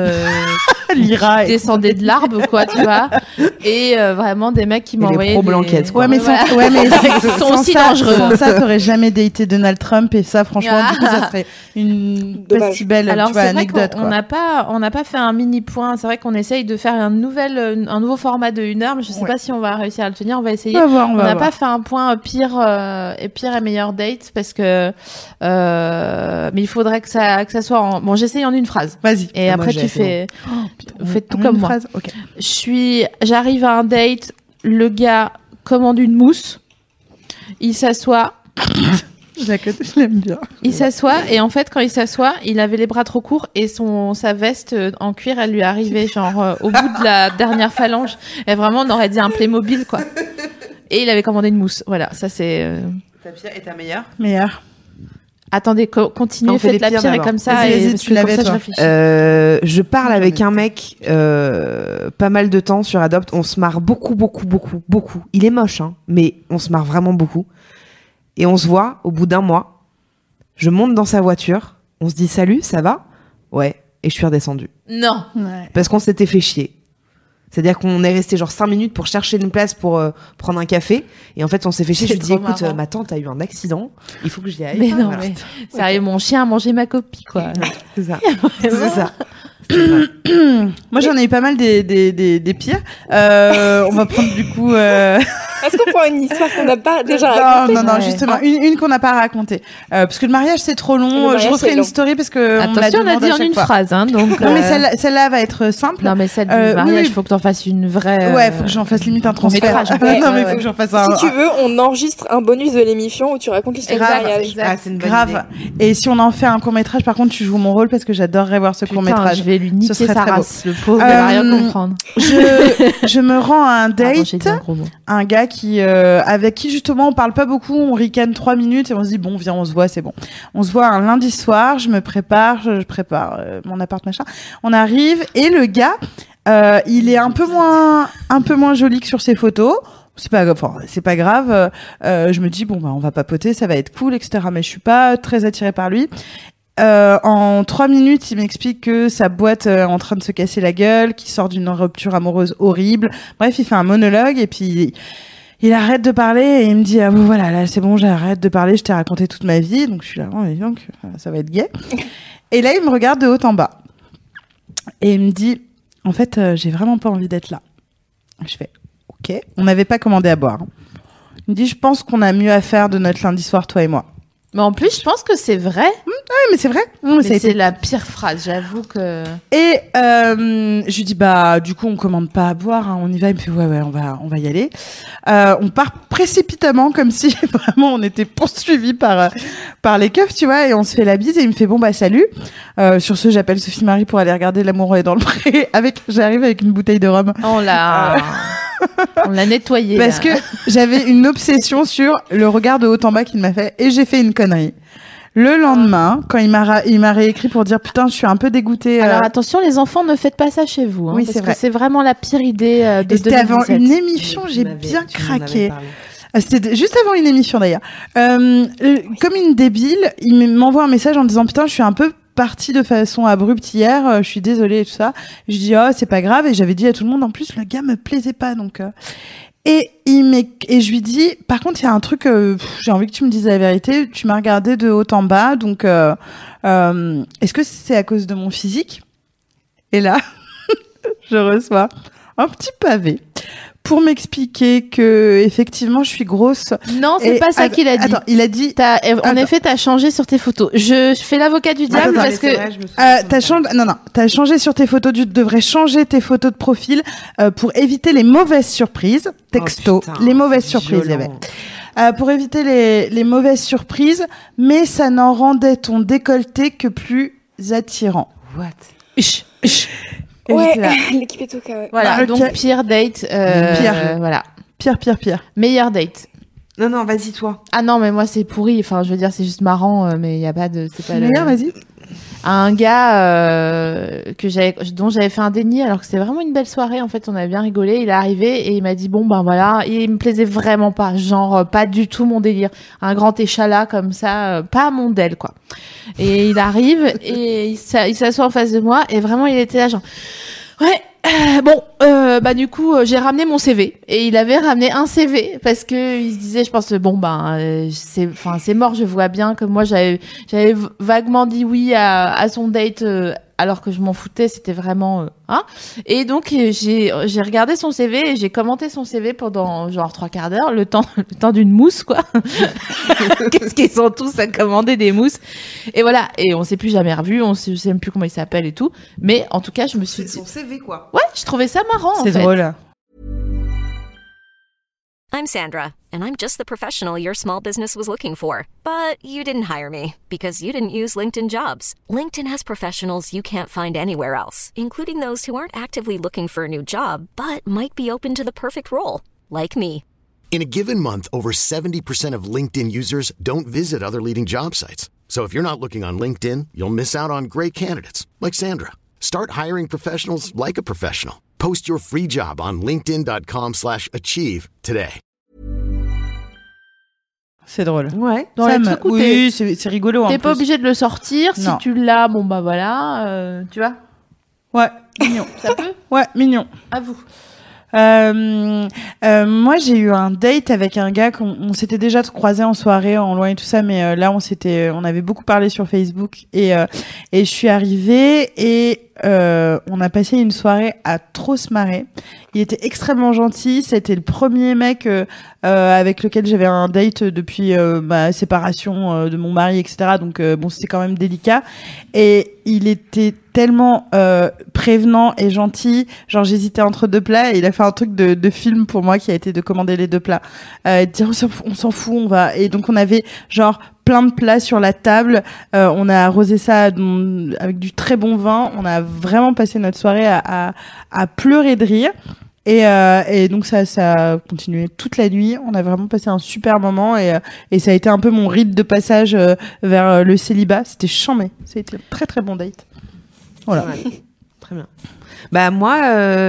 Speaker 4: Lyra.
Speaker 3: qui descendaient de l'arbre, quoi, tu vois. Et vraiment des mecs qui
Speaker 5: Et les
Speaker 3: m'envoyaient
Speaker 5: pro-blanquettes, quoi.
Speaker 4: Ouais, mais
Speaker 3: Voilà.
Speaker 4: ils
Speaker 3: sont aussi dangereux.
Speaker 4: Sans ça, t'aurais jamais daté Donald Trump et ça, franchement, du coup, ça serait une pas
Speaker 6: Dommage.
Speaker 4: si belle,
Speaker 3: Alors
Speaker 4: tu vois,
Speaker 3: c'est vrai
Speaker 4: anecdote,
Speaker 3: qu'on
Speaker 4: quoi.
Speaker 3: n'a pas fait un mini point. C'est vrai qu'on essaye de faire un nouveau format de 1 heure, mais je sais
Speaker 4: Ouais.
Speaker 3: pas si on va réussir à le tenir. On va essayer.
Speaker 4: On va voir,
Speaker 3: On
Speaker 4: va
Speaker 3: n'a
Speaker 4: voir.
Speaker 3: pas fait un point pire et meilleur date parce que mais il faudrait que ça soit en... bon, j'essaye en une phrase.
Speaker 4: Vas-y.
Speaker 3: Et
Speaker 5: Ah,
Speaker 3: après
Speaker 5: moi,
Speaker 3: tu
Speaker 5: j'ai
Speaker 3: fais faites tout
Speaker 4: Une
Speaker 3: comme moi.
Speaker 4: phrase, ok.
Speaker 3: J'arrive à un date, le gars commande une mousse, il s'assoit.
Speaker 4: Je l'aime bien.
Speaker 3: Il s'assoit et en fait quand il s'assoit, il avait les bras trop courts et sa veste en cuir, elle lui arrivait genre au bout de la dernière phalange. Et vraiment on aurait dit un Playmobil quoi. Et il avait commandé une mousse. Voilà, ça c'est.
Speaker 5: Ta pire et ta meilleure.
Speaker 4: Meilleur.
Speaker 3: Attendez, continuez,
Speaker 5: On fait
Speaker 3: faites
Speaker 5: les
Speaker 3: la
Speaker 5: pires
Speaker 3: pire et
Speaker 5: d'abord.
Speaker 3: comme ça.
Speaker 4: Vas-y,
Speaker 3: et
Speaker 4: vas-y,
Speaker 3: parce
Speaker 4: tu
Speaker 3: que
Speaker 4: l'avais,
Speaker 3: comme ça, je
Speaker 4: toi.
Speaker 3: réfléchis.
Speaker 5: Je parle avec un mec pas mal de temps sur Adopt. On se marre beaucoup. Il est moche, hein, mais on se marre vraiment beaucoup. Et on se voit au bout d'un mois. Je monte dans sa voiture. On se dit salut, ça va? Ouais. Et je suis redescendue.
Speaker 3: Non.
Speaker 4: Ouais.
Speaker 5: Parce qu'on s'était fait chier. C'est-à-dire qu'on est resté genre 5 minutes pour chercher une place pour prendre un café. Et en fait, on s'est fait chier. Je
Speaker 3: C'est
Speaker 5: lui dis,
Speaker 3: trop
Speaker 5: écoute,
Speaker 3: marrant.
Speaker 5: ma tante a eu un accident. Il faut que j'y aille.
Speaker 3: Mais non,
Speaker 5: Voilà.
Speaker 3: mais sérieux, mon chien a mangé ma copie quoi.
Speaker 5: C'est ça. C'est ça. C'est vrai.
Speaker 4: Moi, j'en ai eu pas mal des pires. On va prendre du coup.
Speaker 6: Est-ce qu'on prend une histoire qu'on n'a pas déjà
Speaker 4: Non,
Speaker 6: racontée?
Speaker 4: non,
Speaker 3: Ouais.
Speaker 4: justement, une qu'on n'a pas racontée. Parce que le mariage, c'est trop
Speaker 6: Le
Speaker 4: long.
Speaker 6: mariage,
Speaker 4: Je referai
Speaker 6: c'est
Speaker 4: une
Speaker 6: long.
Speaker 4: story parce que.
Speaker 3: Attention, on a dit en une phrase, hein, donc.
Speaker 4: Non, mais celle-là va être simple.
Speaker 3: Non, mais celle du
Speaker 4: oui,
Speaker 3: mariage,
Speaker 4: oui.
Speaker 3: faut que t'en fasses une vraie.
Speaker 4: Ouais, faut que j'en fasse limite un transfert.
Speaker 3: métrage.
Speaker 6: Ouais,
Speaker 4: non, mais
Speaker 3: ouais,
Speaker 4: faut que j'en fasse un.
Speaker 6: Si tu veux, on enregistre un bonus de l'émission où tu racontes l'histoire du
Speaker 3: Exact,
Speaker 6: mariage.
Speaker 3: exact.
Speaker 5: Ah, c'est une bonne
Speaker 4: Grave.
Speaker 5: idée.
Speaker 4: Et si on en fait un court-métrage, par contre, tu joues mon rôle parce que j'adorerais voir ce
Speaker 3: Putain,
Speaker 4: court-métrage.
Speaker 3: je vais lui niquer
Speaker 4: serait
Speaker 3: sa
Speaker 4: très beau.
Speaker 3: race, le pauvre, il va rien comprendre.
Speaker 4: Je me rends à un
Speaker 3: Pardon,
Speaker 4: date.
Speaker 3: j'ai dit un gros mot.
Speaker 4: Un gars qui avec qui justement on parle pas beaucoup, on ricane 3 minutes et on se dit bon viens on se voit, c'est bon. On se voit un lundi soir, je me prépare, je prépare mon appart machin. On arrive et le gars il est un peu moins joli que sur ses photos. C'est pas grave. Je me dis bon bah on va papoter, ça va être cool, etc. Mais je suis pas très attirée par lui. En 3 minutes, il m'explique que sa boîte est en train de se casser la gueule, qu'il sort d'une rupture amoureuse horrible. Bref, il fait un monologue et puis il arrête de parler et il me dit ah bon voilà là c'est bon j'arrête de parler, je t'ai raconté toute ma vie. Donc je suis là oh, donc ça va être gay. Et là il me regarde de haut en bas et il me dit en fait j'ai vraiment pas envie d'être là. Je fais ok. On n'avait pas commandé à boire. Il me dit je pense qu'on a mieux à faire de notre lundi soir toi et moi.
Speaker 3: Mais en plus, je pense que c'est vrai.
Speaker 4: Ouais, mais c'est vrai. Non, mais ça a
Speaker 3: Mais
Speaker 4: été
Speaker 3: c'est la pire phrase, j'avoue que.
Speaker 4: Et je lui dis bah du coup on commande pas à boire, hein, on y va. Il me fait ouais on va y aller. On part précipitamment comme si vraiment on était poursuivis par les keufs, tu vois, et on se fait la bise et il me fait bon bah salut. Sur ce j'appelle Sophie Marie pour aller regarder L'amour est dans le pré. J'arrive avec une bouteille de rhum.
Speaker 3: On l'a nettoyé.
Speaker 4: Parce
Speaker 3: là.
Speaker 4: que j'avais une obsession sur le regard de haut en bas qu'il m'a fait et j'ai fait une connerie. Le lendemain, quand il m'a réécrit pour dire putain, je suis un peu dégoûtée.
Speaker 3: Alors attention, les enfants, ne faites pas ça chez vous. Hein,
Speaker 4: oui,
Speaker 3: parce
Speaker 4: c'est vrai.
Speaker 3: que c'est vraiment la pire idée de 2017.
Speaker 4: C'était avant une émission, j'ai bien craqué. C'était juste avant une émission d'ailleurs. Comme une débile, il m'envoie un message en disant putain, je suis un peu partie de façon abrupte hier, je suis désolée et tout ça. Je dis oh c'est pas grave et j'avais dit à tout le monde en plus le gars me plaisait pas donc. Et je lui dis par contre il y a un truc j'ai envie que tu me dises la vérité. Tu m'as regardé de haut en bas donc est-ce que c'est à cause de mon physique? Et là je reçois un petit pavé pour m'expliquer que effectivement je suis grosse.
Speaker 3: Non, c'est pas ça qu'il a dit.
Speaker 4: Attends, il a dit.
Speaker 3: En effet, t'as changé sur tes photos. Je fais l'avocat du diable parce que
Speaker 4: t'as changé sur tes photos. Tu devrais changer tes photos de profil pour éviter les mauvaises surprises. Texto, les mauvaises surprises. Il y avait. Pour éviter les mauvaises surprises, mais ça n'en rendait ton décolleté que plus attirant.
Speaker 5: What?
Speaker 6: Ouais, l'équipe est au cas. Ouais.
Speaker 3: Voilà, donc pire date.
Speaker 4: Pire.
Speaker 3: Voilà.
Speaker 4: Pire.
Speaker 3: Meilleure date.
Speaker 5: Non, vas-y, toi.
Speaker 3: Ah non, mais moi, c'est pourri. Enfin, je veux dire, c'est juste marrant, mais il n'y a pas de... C'est pas
Speaker 4: meilleur, vas-y.
Speaker 3: Un gars dont j'avais fait un déni alors que c'était vraiment une belle soirée. En fait, on avait bien rigolé. Il est arrivé et il m'a dit bon ben voilà, il me plaisait vraiment pas, genre pas du tout mon délire. Un grand échalas comme ça, pas mon del quoi. Et il arrive et il s'assoit en face de moi et vraiment il était là genre ouais. Bah du coup j'ai ramené mon CV et il avait ramené un CV parce que il se disait je pense c'est mort, je vois bien que moi j'avais vaguement dit oui à son date alors que je m'en foutais, c'était vraiment et donc j'ai regardé son CV et j'ai commenté son CV pendant genre 3/4 d'heure, le temps d'une mousse quoi. Qu'est-ce qu'ils sont tous à commander des mousses et voilà, et on s'est plus jamais revus, je sais même plus comment il s'appelle et tout, mais en tout cas je me suis dit
Speaker 5: son CV quoi.
Speaker 3: Ouais, je trouvais ça marrant en fait.
Speaker 4: C'est drôle.
Speaker 1: I'm Sandra, and I'm just the professional your small business was looking for. But you didn't hire me because you didn't use LinkedIn Jobs. LinkedIn has professionals you can't find anywhere else, including those who aren't actively looking for a new job, but might be open to the perfect role, like me.
Speaker 2: In a given month, over 70% of LinkedIn users don't visit other leading job sites. So if you're not looking on LinkedIn, you'll miss out on great candidates like Sandra. Start hiring professionals like a professional. Post your free job on linkedin.com/achieve today.
Speaker 4: C'est drôle.
Speaker 3: Ouais. Dans les trucs où
Speaker 4: oui, c'est rigolo.
Speaker 3: T'es pas obligé de le sortir.
Speaker 4: Non.
Speaker 3: Si tu l'as, bon bah voilà, tu vois.
Speaker 4: Ouais, mignon.
Speaker 3: Ça peut.
Speaker 4: Ouais, mignon.
Speaker 3: À vous.
Speaker 4: Moi j'ai eu un date avec un gars qu'on s'était déjà croisé en soirée en loin et tout ça, mais là on avait beaucoup parlé sur Facebook et je suis arrivée et on a passé une soirée à trop se marrer. Il était extrêmement gentil, c'était le premier mec avec lequel j'avais un date depuis ma séparation de mon mari, etc. Donc bon, c'était quand même délicat et il était tellement prévenant et gentil, genre j'hésitais entre deux plats et il a fait un truc de film pour moi qui a été de commander les deux plats, dire on s'en fout, on va, et donc on avait genre plein de plats sur la table, on a arrosé ça avec du très bon vin, on a vraiment passé notre soirée à pleurer de rire. Et donc ça a continué toute la nuit. On a vraiment passé un super moment et ça a été un peu mon rite de passage vers le célibat. C'était chambé. C'était un très très bon date. Voilà.
Speaker 5: Ouais. Très bien. Bah moi,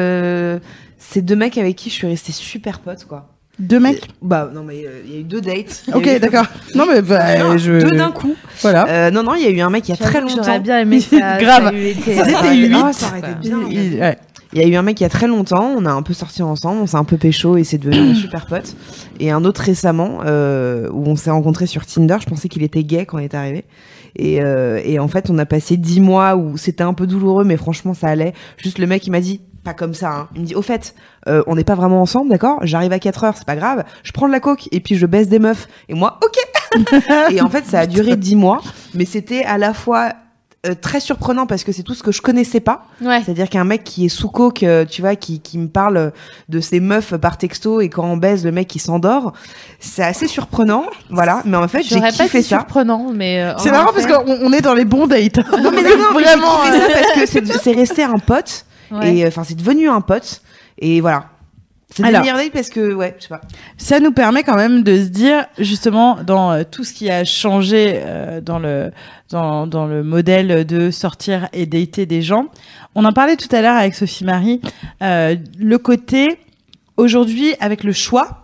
Speaker 5: c'est deux mecs avec qui je suis restée super pote quoi.
Speaker 4: Deux mecs?
Speaker 5: Bah non mais il y a eu deux dates.
Speaker 4: Ok, d'accord. Non mais
Speaker 5: deux d'un coup.
Speaker 4: Voilà.
Speaker 5: Non il y a eu un mec il y a très longtemps.
Speaker 3: J'aurais bien aimé ça.
Speaker 4: Grave.
Speaker 5: C'était 8. Ça aurait été bien.
Speaker 4: Ouais.
Speaker 5: Il y a eu un mec il y a très longtemps, on a un peu sorti ensemble, on s'est un peu pécho et c'est devenu super pote. Et un autre récemment où on s'est rencontrés sur Tinder, je pensais qu'il était gay quand il est arrivé. Et en fait, on a passé 10 mois où c'était un peu douloureux, mais franchement, ça allait. Juste le mec, il m'a dit, pas comme ça, hein. Il me dit, au fait, on n'est pas vraiment ensemble, d'accord? J'arrive à 4h, c'est pas grave. Je prends de la coke et puis je baisse des meufs. Et moi, ok. Et en fait, ça a duré 10 mois, mais c'était à la fois très surprenant parce que c'est tout ce que je connaissais pas.
Speaker 3: Ouais.
Speaker 5: C'est-à-dire qu'un mec qui est sous coke, tu vois, qui me parle de ses meufs par texto et quand on baise, le mec il s'endort. C'est assez surprenant, voilà. Mais en fait, j'ai kiffé ça.
Speaker 3: Surprenant, mais
Speaker 4: c'est marrant parce qu'on est dans les bons dates.
Speaker 5: Non mais vraiment, j'ai kiffé ça parce que c'est resté un pote. Ouais. Et enfin, c'est devenu un pote. Et voilà. C'est des meilleurs dates parce que, ouais, je sais pas.
Speaker 4: Ça nous permet quand même de se dire, justement, dans tout ce qui a changé dans le modèle de sortir et dater des gens. On en parlait tout à l'heure avec Sophie Marie. Le côté, aujourd'hui, avec le choix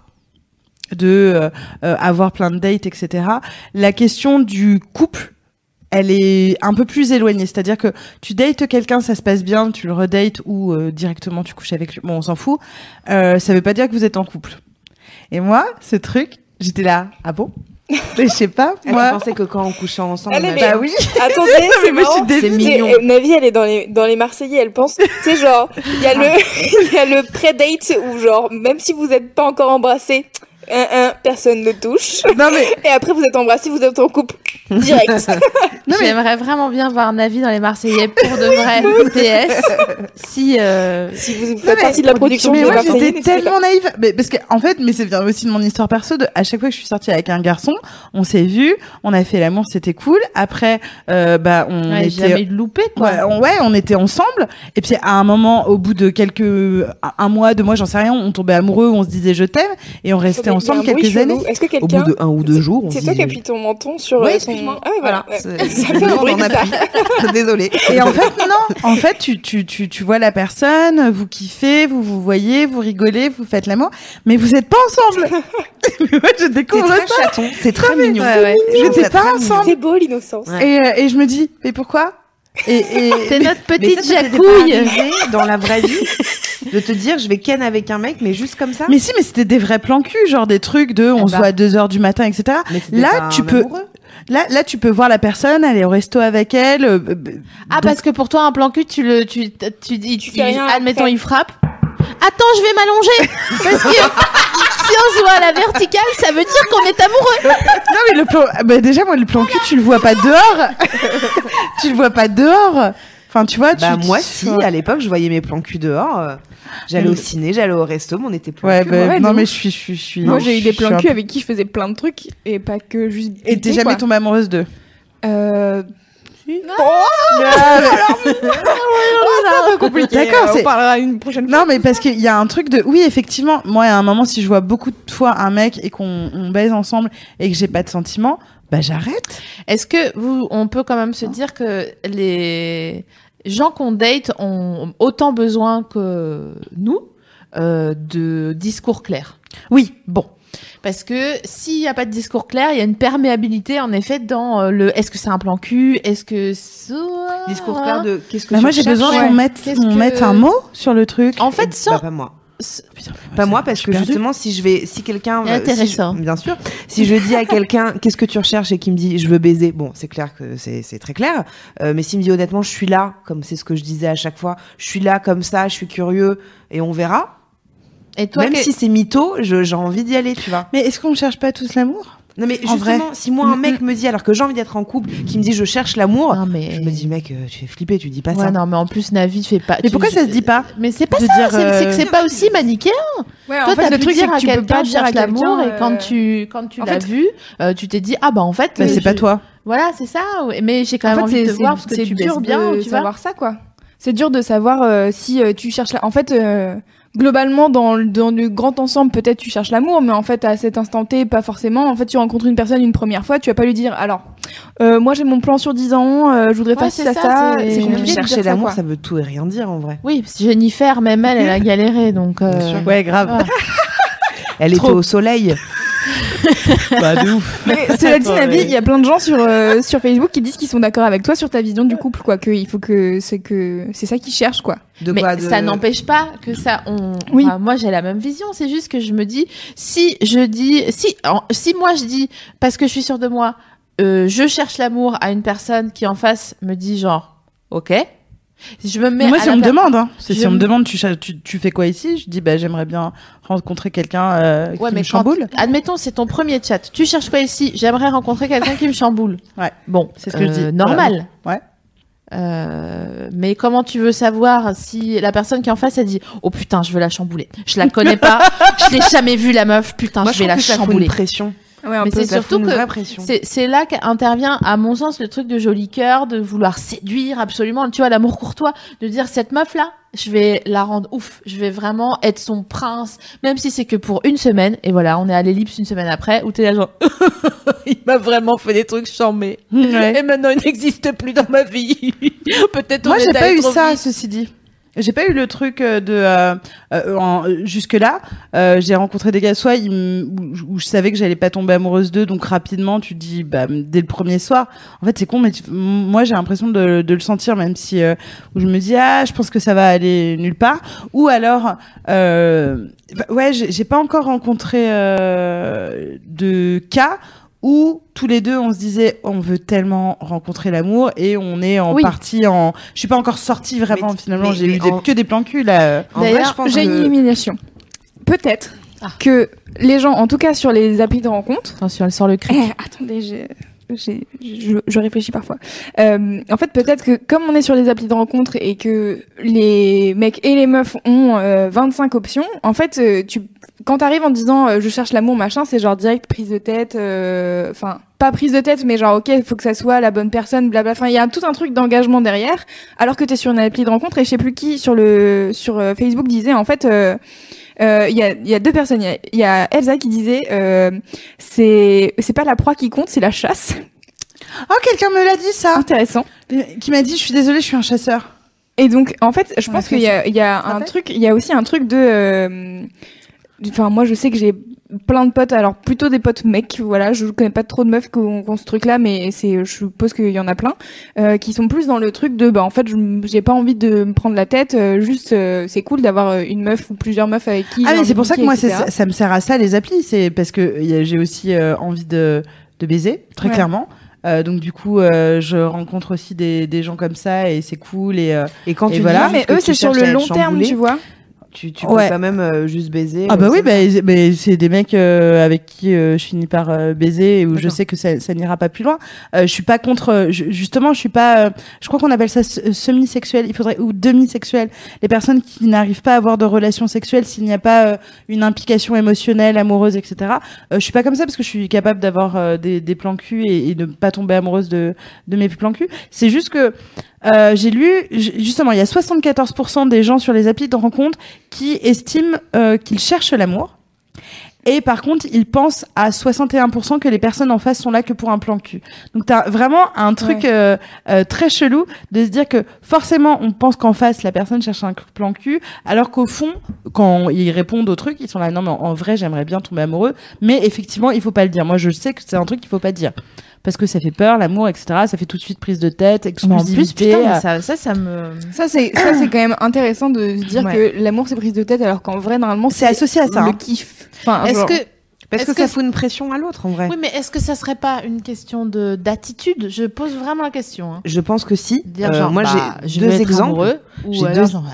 Speaker 4: de avoir plein de dates, etc., la question du couple, elle est un peu plus éloignée. C'est-à-dire que tu dates quelqu'un, ça se passe bien, tu le redates ou directement tu couches avec lui. Bon, on s'en fout. Ça veut pas dire que vous êtes en couple. Et moi, ce truc, j'étais là. Ah bon? Mais je sais pas, moi.
Speaker 5: Je pensais que quand on couchait ensemble,
Speaker 6: bah
Speaker 4: oui.
Speaker 6: Attendez, c'est marrant.
Speaker 5: C'est mignon.
Speaker 6: Navi, elle est dans les Marseillais, elle pense, tu sais, genre, il y a le pré-date où, genre, même si vous êtes pas encore embrassés, personne ne touche.
Speaker 4: Non, mais...
Speaker 6: Et après, vous êtes embrassés, vous êtes en couple. Direct.
Speaker 3: Non, mais... J'aimerais vraiment bien voir Navi dans les Marseillais pour de vrai. PS. Si
Speaker 6: vous faites partie de la production
Speaker 4: mais
Speaker 6: des
Speaker 4: moi,
Speaker 6: Marseillais.
Speaker 4: j'étais tellement naïve. Mais parce que, en fait, mais c'est bien aussi de mon histoire perso. À chaque fois que je suis sortie avec un garçon, on s'est vu, on a fait l'amour, c'était cool. Après, on était.
Speaker 3: Jamais eu de loupé, quoi.
Speaker 4: On était ensemble. Et puis, à un moment, au bout de un mois, 2 mois, j'en sais rien, on tombait amoureux, on se disait je t'aime, et on restait ensemble quelques années.
Speaker 6: Est-ce que
Speaker 5: Au
Speaker 6: quelqu'un.
Speaker 5: bout de 1 ou 2 jours, on
Speaker 6: C'est
Speaker 5: se
Speaker 6: toi
Speaker 5: dit...
Speaker 6: qui appuies ton menton sur
Speaker 5: Ouais,
Speaker 6: son.
Speaker 5: excuse-moi.
Speaker 6: Ah, ouais, voilà.
Speaker 5: C'est-
Speaker 6: Ça fait un bruit
Speaker 5: on
Speaker 6: bizarre.
Speaker 5: appuie. Désolée.
Speaker 4: Et en fait, non. En fait, tu vois la personne, vous kiffez, vous voyez, vous rigolez, vous faites l'amour, mais vous êtes pas ensemble. Mais moi, je
Speaker 5: C'est
Speaker 4: découvre
Speaker 5: très
Speaker 4: ça.
Speaker 5: chaton. C'est très mignon.
Speaker 3: Ouais.
Speaker 4: Je
Speaker 5: trouve
Speaker 4: n'étais
Speaker 5: ça
Speaker 4: pas
Speaker 5: très mignon.
Speaker 4: ensemble.
Speaker 6: C'est beau l'innocence.
Speaker 5: Ouais.
Speaker 4: Et je me dis, mais pourquoi?
Speaker 3: T'es notre
Speaker 5: Mais
Speaker 3: petite
Speaker 5: ça t'était pas
Speaker 3: jacouille.
Speaker 5: arrivé dans la vraie vie de te dire je vais ken avec un mec mais juste comme ça.
Speaker 4: Mais si, mais c'était des vrais plans cul, genre des trucs de on se voit à 2h du matin, etc.
Speaker 5: Mais c'était
Speaker 4: Là,
Speaker 5: pas
Speaker 4: tu
Speaker 5: un
Speaker 4: peux.
Speaker 5: amoureux.
Speaker 4: Là, tu peux voir la personne, aller au resto avec elle.
Speaker 3: Ah, parce que pour toi, un plan cul, tu dis,
Speaker 6: fais rien
Speaker 3: admettons,
Speaker 6: après.
Speaker 3: il frappe. Attends, je vais m'allonger. Parce que si on se voit à la verticale, ça veut dire qu'on est amoureux.
Speaker 4: Non, mais le plan. Déjà, moi, le plan cul, tu le vois pas dehors. Tu le vois pas dehors. Enfin, tu vois.
Speaker 5: Moi, si, à l'époque, je voyais mes plans cul dehors. J'allais au ciné, j'allais au resto, mais on était plans
Speaker 4: Ouais,
Speaker 5: cul.
Speaker 4: bah,
Speaker 7: ouais,
Speaker 4: non,
Speaker 7: de
Speaker 4: mais
Speaker 7: ouf.
Speaker 4: je suis.
Speaker 7: Moi, j'ai eu des
Speaker 4: je suis
Speaker 7: plans
Speaker 4: un
Speaker 7: cul
Speaker 4: peu-
Speaker 7: avec qui je faisais plein de trucs et pas que juste.
Speaker 4: Et t'es
Speaker 7: baiser,
Speaker 4: jamais
Speaker 7: quoi.
Speaker 4: tombée amoureuse d'eux. D'accord,
Speaker 7: on
Speaker 4: c'est.
Speaker 7: parlera une prochaine fois.
Speaker 4: Non, mais parce qu'il y a un truc de. Oui, effectivement, moi, à un moment, si je vois beaucoup de fois un mec et qu'on baise ensemble et que j'ai pas de sentiments, bah j'arrête.
Speaker 3: Est-ce que on peut quand même se dire que les gens qu'on date ont autant besoin que nous de discours clairs?
Speaker 4: Oui, bon.
Speaker 3: Parce que s'il n'y a pas de discours clair, il y a une perméabilité en effet dans le est-ce que c'est un plan cul, est-ce que
Speaker 5: Discours clair de qu'est-ce que
Speaker 4: Bah,
Speaker 5: tu
Speaker 4: moi, j'ai
Speaker 5: recherches.
Speaker 4: besoin
Speaker 3: ouais.
Speaker 4: qu'on mette,
Speaker 3: Qu'est-ce que-
Speaker 4: mette un mot sur le truc.
Speaker 3: En fait
Speaker 5: Bah,
Speaker 3: sans
Speaker 5: pas moi. Pas moi parce que justement si quelqu'un
Speaker 3: C'est intéressant.
Speaker 5: bien sûr si je dis à quelqu'un qu'est-ce que tu recherches et qu'il me dit je veux baiser, bon c'est clair que c'est très clair, mais s'il me dit honnêtement je suis là, comme c'est ce que je disais à chaque fois, je suis là comme ça, je suis curieux et on verra,
Speaker 3: et toi
Speaker 5: même
Speaker 3: que-
Speaker 5: si c'est mytho, j'ai envie d'y aller, tu vois.
Speaker 4: Mais est-ce qu'on cherche pas tous l'amour?
Speaker 5: Non mais
Speaker 4: En
Speaker 5: justement
Speaker 4: vrai.
Speaker 5: si moi un mec me dit alors que j'ai envie d'être en couple, qui me dit je cherche l'amour,
Speaker 3: Non, mais
Speaker 5: je me dis mec tu fais flipper, tu dis pas
Speaker 3: ouais,
Speaker 5: ça.
Speaker 3: non mais en plus Navi fait pas.
Speaker 4: Mais pourquoi ça se dit pas?
Speaker 3: Mais c'est pas
Speaker 4: De
Speaker 3: ça,
Speaker 4: dire,
Speaker 3: c'est que c'est pas aussi manichéen.
Speaker 7: Ouais,
Speaker 3: Toi,
Speaker 7: en fait,
Speaker 3: t'as
Speaker 7: le
Speaker 3: pu
Speaker 7: truc, c'est
Speaker 3: dire à
Speaker 7: que tu peux
Speaker 3: quelqu'un
Speaker 7: pas
Speaker 3: je
Speaker 7: dire à
Speaker 3: cherche l'amour
Speaker 7: quelqu'un.
Speaker 3: et quand tu
Speaker 7: en
Speaker 3: l'as
Speaker 7: fait-
Speaker 3: vu, tu t'es dit ah bah en fait.
Speaker 4: Bah, c'est pas toi.
Speaker 3: Voilà, c'est ça. ouais. Mais j'ai quand
Speaker 7: En
Speaker 3: même
Speaker 7: fait,
Speaker 3: envie de te voir parce que
Speaker 7: c'est
Speaker 3: tu
Speaker 7: dur
Speaker 3: baises bien,
Speaker 7: de
Speaker 3: tu vois.
Speaker 7: savoir ça, quoi. C'est dur de savoir si tu cherches la. En fait, globalement, dans le grand ensemble, peut-être tu cherches l'amour, mais en fait, à cet instant T, pas forcément. En fait, tu rencontres une personne une première fois, tu vas pas lui dire alors, moi j'ai mon plan sur 10 ans, je voudrais
Speaker 3: Ouais,
Speaker 7: faire
Speaker 3: c'est
Speaker 7: ça,
Speaker 3: ça,
Speaker 7: ça.
Speaker 3: c'est-
Speaker 7: C'est compliqué de
Speaker 5: Chercher
Speaker 7: dire ça,
Speaker 5: l'amour
Speaker 7: quoi.
Speaker 5: ça veut tout et rien dire en vrai.
Speaker 3: Oui, parce que Jennifer, même elle a galéré, donc.
Speaker 4: Ouais, grave.
Speaker 3: voilà.
Speaker 5: Elle était au soleil.
Speaker 4: Bah, de ouf.
Speaker 7: Mais cela dit, Navi, il y a plein de gens sur Facebook qui disent qu'ils sont d'accord avec toi sur ta vision du couple, quoi. Il faut que c'est ça qu'ils cherchent, quoi.
Speaker 5: De
Speaker 3: Mais
Speaker 5: quoi, de-
Speaker 3: ça n'empêche pas que ça.
Speaker 7: Oui.
Speaker 3: Enfin, moi, j'ai la même vision. C'est juste que je me dis, si moi je dis parce que je suis sûre de moi, je cherche l'amour à une personne qui en face me dit genre, ok. Je me mets.
Speaker 4: Moi,
Speaker 3: à
Speaker 4: si
Speaker 3: la
Speaker 4: on me
Speaker 3: per-
Speaker 4: demande, hein, si
Speaker 3: Je
Speaker 4: on me
Speaker 3: me-
Speaker 4: demande, tu fais quoi ici? Je dis, bah, j'aimerais bien rencontrer quelqu'un qui
Speaker 3: Ouais,
Speaker 4: me
Speaker 3: mais
Speaker 4: chamboule.
Speaker 3: admettons, c'est ton premier chat. Tu cherches quoi ici? J'aimerais rencontrer quelqu'un qui me chamboule.
Speaker 4: Ouais.
Speaker 3: Bon,
Speaker 4: C'est ce que je dis.
Speaker 3: Normal.
Speaker 4: Ouais.
Speaker 3: Mais comment tu veux savoir si la personne qui est en face a dit oh putain je veux la chambouler, je la connais pas, je l'ai jamais vue la meuf, putain
Speaker 5: Moi,
Speaker 3: je vais la
Speaker 5: trouve que ça fout
Speaker 3: chambouler.
Speaker 5: une pression.
Speaker 7: Ouais, un
Speaker 3: Mais
Speaker 7: peu.
Speaker 3: c'est
Speaker 5: Ça
Speaker 3: surtout
Speaker 5: fout une
Speaker 3: que
Speaker 5: vraie pression.
Speaker 3: c'est là qu'intervient à mon sens le truc de joli cœur, de vouloir séduire absolument, tu vois, l'amour courtois, de dire cette meuf là je vais la rendre ouf. Je vais vraiment être son prince, même si c'est que pour une semaine. Et voilà, on est à l'ellipse une semaine après, où t'es là genre, il m'a vraiment fait des trucs charmés.
Speaker 4: Ouais.
Speaker 3: Et maintenant, il n'existe plus dans ma vie. Peut-être.
Speaker 4: Moi, j'ai pas eu ça, ceci dit. J'ai pas eu le truc jusque-là. J'ai rencontré des gars, soit où je savais que j'allais pas tomber amoureuse d'eux, donc rapidement, tu te dis, bah, dès le premier soir. En fait, c'est con, mais moi, j'ai l'impression de le sentir, même si où je me dis, je pense que ça va aller nulle part. Ou alors, ouais, j'ai pas encore rencontré de cas où tous les deux on se disait on veut tellement rencontrer l'amour et on est en partie en. Je suis pas encore sortie vraiment finalement. J'ai eu que des plans cul là.
Speaker 7: D'ailleurs, j'ai une illumination. Peut-être que les gens, en tout cas sur les applis de rencontre.
Speaker 3: Attention, elle sort le cri.
Speaker 7: Attendez, je réfléchis parfois. En fait, peut-être que comme on est sur les applis de rencontre et que les mecs et les meufs ont 25 options, en fait, quand t'arrives en disant je cherche l'amour machin, c'est genre direct prise de tête. Enfin, pas prise de tête, mais genre ok, il faut que ça soit la bonne personne, blabla. Enfin, il y a tout un truc d'engagement derrière. Alors que t'es sur une appli de rencontre et je sais plus qui sur Facebook disait en fait. Il y a deux personnes. Il y a Elsa qui disait c'est pas la proie qui compte, c'est la chasse.
Speaker 4: Oh, quelqu'un me l'a dit ça.
Speaker 7: Intéressant.
Speaker 4: Qui m'a dit je suis désolée, je suis un chasseur.
Speaker 7: Et donc en fait, je pense qu'il y a un truc. Il y a aussi un truc de. Enfin, moi, je sais que j'ai plein de potes, alors plutôt des potes mecs, voilà, je connais pas trop de meufs qui ont ce truc-là, mais je suppose qu'il y en a plein, qui sont plus dans le truc de, en fait, j'ai pas envie de me prendre la tête, juste, c'est cool d'avoir une meuf ou plusieurs meufs avec qui.
Speaker 4: Mais c'est pour ça que moi, ça me sert à ça, les applis, c'est parce que j'ai aussi envie de baiser, très clairement. Donc du coup, je rencontre aussi des gens comme ça et c'est cool et
Speaker 5: quand tu
Speaker 4: voilà.
Speaker 5: dis
Speaker 7: mais eux, c'est sur le long terme, tu vois.
Speaker 5: Tu peux quand même juste baiser.
Speaker 4: Ah bah oui, mais c'est des mecs avec qui je finis par baiser et où je sais que ça n'ira pas plus loin. Je suis pas contre, justement, je suis pas. Je crois qu'on appelle ça semi-sexuel. Il faudrait ou demi-sexuel. Les personnes qui n'arrivent pas à avoir de relations sexuelles s'il n'y a pas une implication émotionnelle, amoureuse, etc. Je suis pas comme ça parce que je suis capable d'avoir des plans cul et de pas tomber amoureuse de mes plans cul. C'est juste que j'ai lu, justement, il y a 74% des gens sur les applis de rencontre qui estiment qu'ils cherchent l'amour. Et par contre, ils pensent à 61% que les personnes en face sont là que pour un plan cul. Donc t'as vraiment un truc très chelou de se dire que forcément, on pense qu'en face, la personne cherche un plan cul, alors qu'au fond, quand ils répondent au truc, ils sont là, non mais en vrai, j'aimerais bien tomber amoureux, mais effectivement, il faut pas le dire. Moi, je sais que c'est un truc qu'il faut pas dire. Parce que ça fait peur, l'amour, etc. Ça fait tout de suite prise de tête, exclusivité.
Speaker 3: En plus, putain, ça me.
Speaker 7: Ça c'est quand même intéressant de se dire que l'amour c'est prise de tête, alors qu'en vrai normalement
Speaker 4: c'est associé à ça.
Speaker 7: Le kiff. Enfin,
Speaker 5: parce que ça fout une pression à l'autre en vrai.
Speaker 3: Oui, mais est-ce que ça serait pas une question d'attitude ? Je pose vraiment la question. Hein.
Speaker 5: Je pense que si.
Speaker 3: Dire genre,
Speaker 5: moi j'ai deux exemples.
Speaker 3: Ou alors genre.